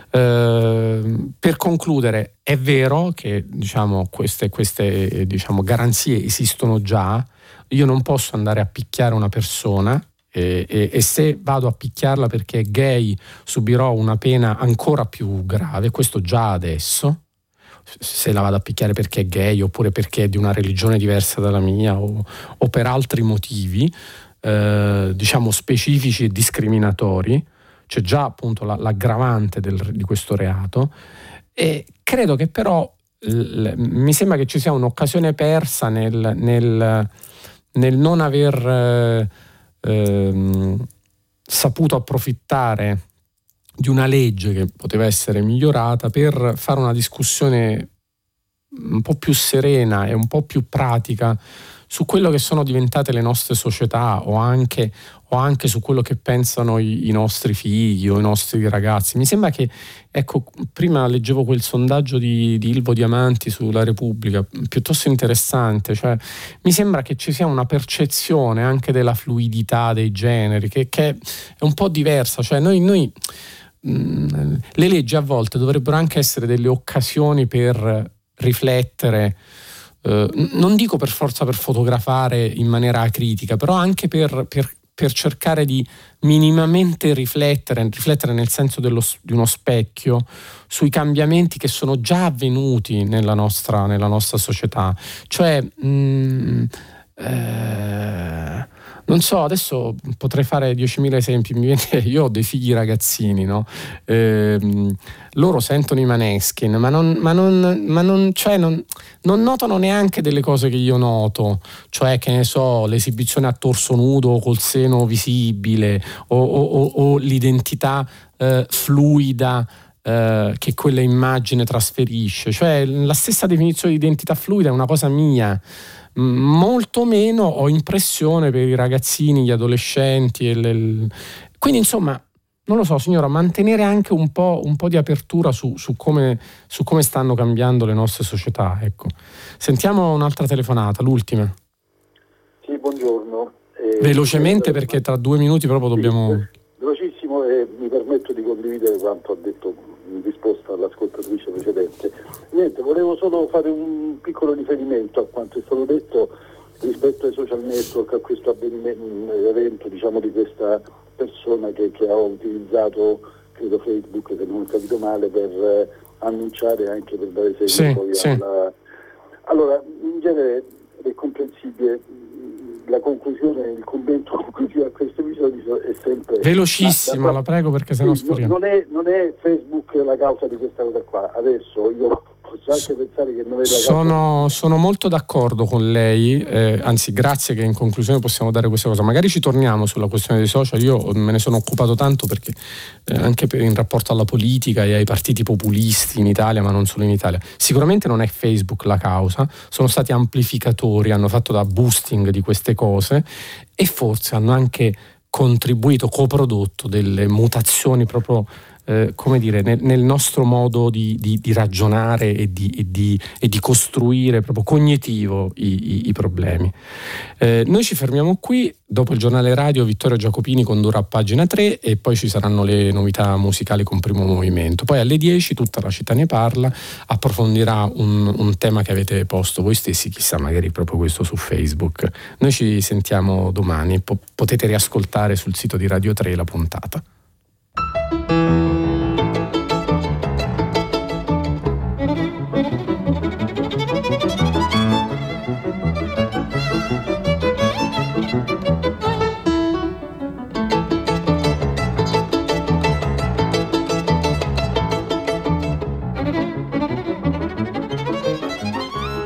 Eh, per concludere, è vero che diciamo queste, queste diciamo, garanzie esistono già. Io non posso andare a picchiare una persona e, e, e se vado a picchiarla perché è gay subirò una pena ancora più grave, questo già adesso. Se la vado a picchiare perché è gay oppure perché è di una religione diversa dalla mia o, o per altri motivi Eh, diciamo specifici e discriminatori, c'è già appunto la, l'aggravante del, di questo reato, e credo che però l, mi sembra che ci sia un'occasione persa nel, nel, nel non aver eh, eh, saputo approfittare di una legge che poteva essere migliorata per fare una discussione un po' più serena e un po' più pratica su quello che sono diventate le nostre società o anche, o anche su quello che pensano i, i nostri figli o i nostri ragazzi. Mi sembra che, ecco, prima leggevo quel sondaggio di, di Ilvo Diamanti sulla Repubblica, piuttosto interessante, cioè mi sembra che ci sia una percezione anche della fluidità dei generi che, che è un po' diversa, cioè noi, noi mh, le leggi a volte dovrebbero anche essere delle occasioni per riflettere. Uh, non dico per forza per fotografare in maniera acritica, però anche per, per, per cercare di minimamente riflettere, riflettere nel senso dello, di uno specchio sui cambiamenti che sono già avvenuti nella nostra, nella nostra società. Cioè, mh, eh, non so, adesso potrei fare diecimila esempi. Mi viene, io ho dei figli ragazzini, no? Eh, loro sentono i Maneskin, ma non, ma non, ma non, cioè non, non notano neanche delle cose che io noto, cioè che ne so, l'esibizione a torso nudo col seno visibile o, o, o, o l'identità eh, fluida eh, che quella immagine trasferisce. Cioè la stessa definizione di identità fluida è una cosa mia. Molto meno ho impressione per i ragazzini, gli adolescenti e le... quindi insomma non lo so signora, mantenere anche un po', un po' di apertura su, su, come, su come stanno cambiando le nostre società, ecco. Sentiamo un'altra telefonata, l'ultima. Sì, buongiorno. Eh, velocemente perché tra due minuti proprio dobbiamo... Sì, velocissimo, e mi permetto di condividere quanto ha detto in risposta all'ascoltatrice precedente. Niente, volevo solo fare un piccolo riferimento a quanto è stato detto rispetto ai social network, a questo avvenimento, evento, diciamo, di questa persona che, che ha utilizzato, credo, Facebook, se non ho capito male, per eh, annunciare, anche per dare seguito sì, poi sì. alla... Allora, in genere è comprensibile. La conclusione, il commento conclusivo a questo episodio è sempre velocissima, ma, la prego, perché sennò sì, sforiamo. Non è, non è Facebook la causa di questa cosa qua. Adesso io posso anche pensare che non è la sono, causa. Sono molto d'accordo con lei, eh, anzi grazie che in conclusione possiamo dare questa cosa. Magari ci torniamo sulla questione dei social, io me ne sono occupato tanto perché eh, anche per, in rapporto alla politica e ai partiti populisti in Italia, ma non solo in Italia. Sicuramente non è Facebook la causa, sono stati amplificatori, hanno fatto da boosting di queste cose e forse hanno anche contribuito, coprodotto delle mutazioni proprio eh, come dire nel, nel nostro modo di, di, di ragionare e di, e, di, e di costruire proprio cognitivo i, i, i problemi. Eh, noi ci fermiamo qui, dopo il giornale radio Vittorio Giacopini condurrà Pagina tre e poi ci saranno le novità musicali con Primo Movimento. Poi alle dieci Tutta la città ne parla, approfondirà un, un tema che avete posto voi stessi, chissà, magari proprio questo su Facebook. Noi ci sentiamo domani, po- potete riascoltare sul sito di Radio tre la puntata.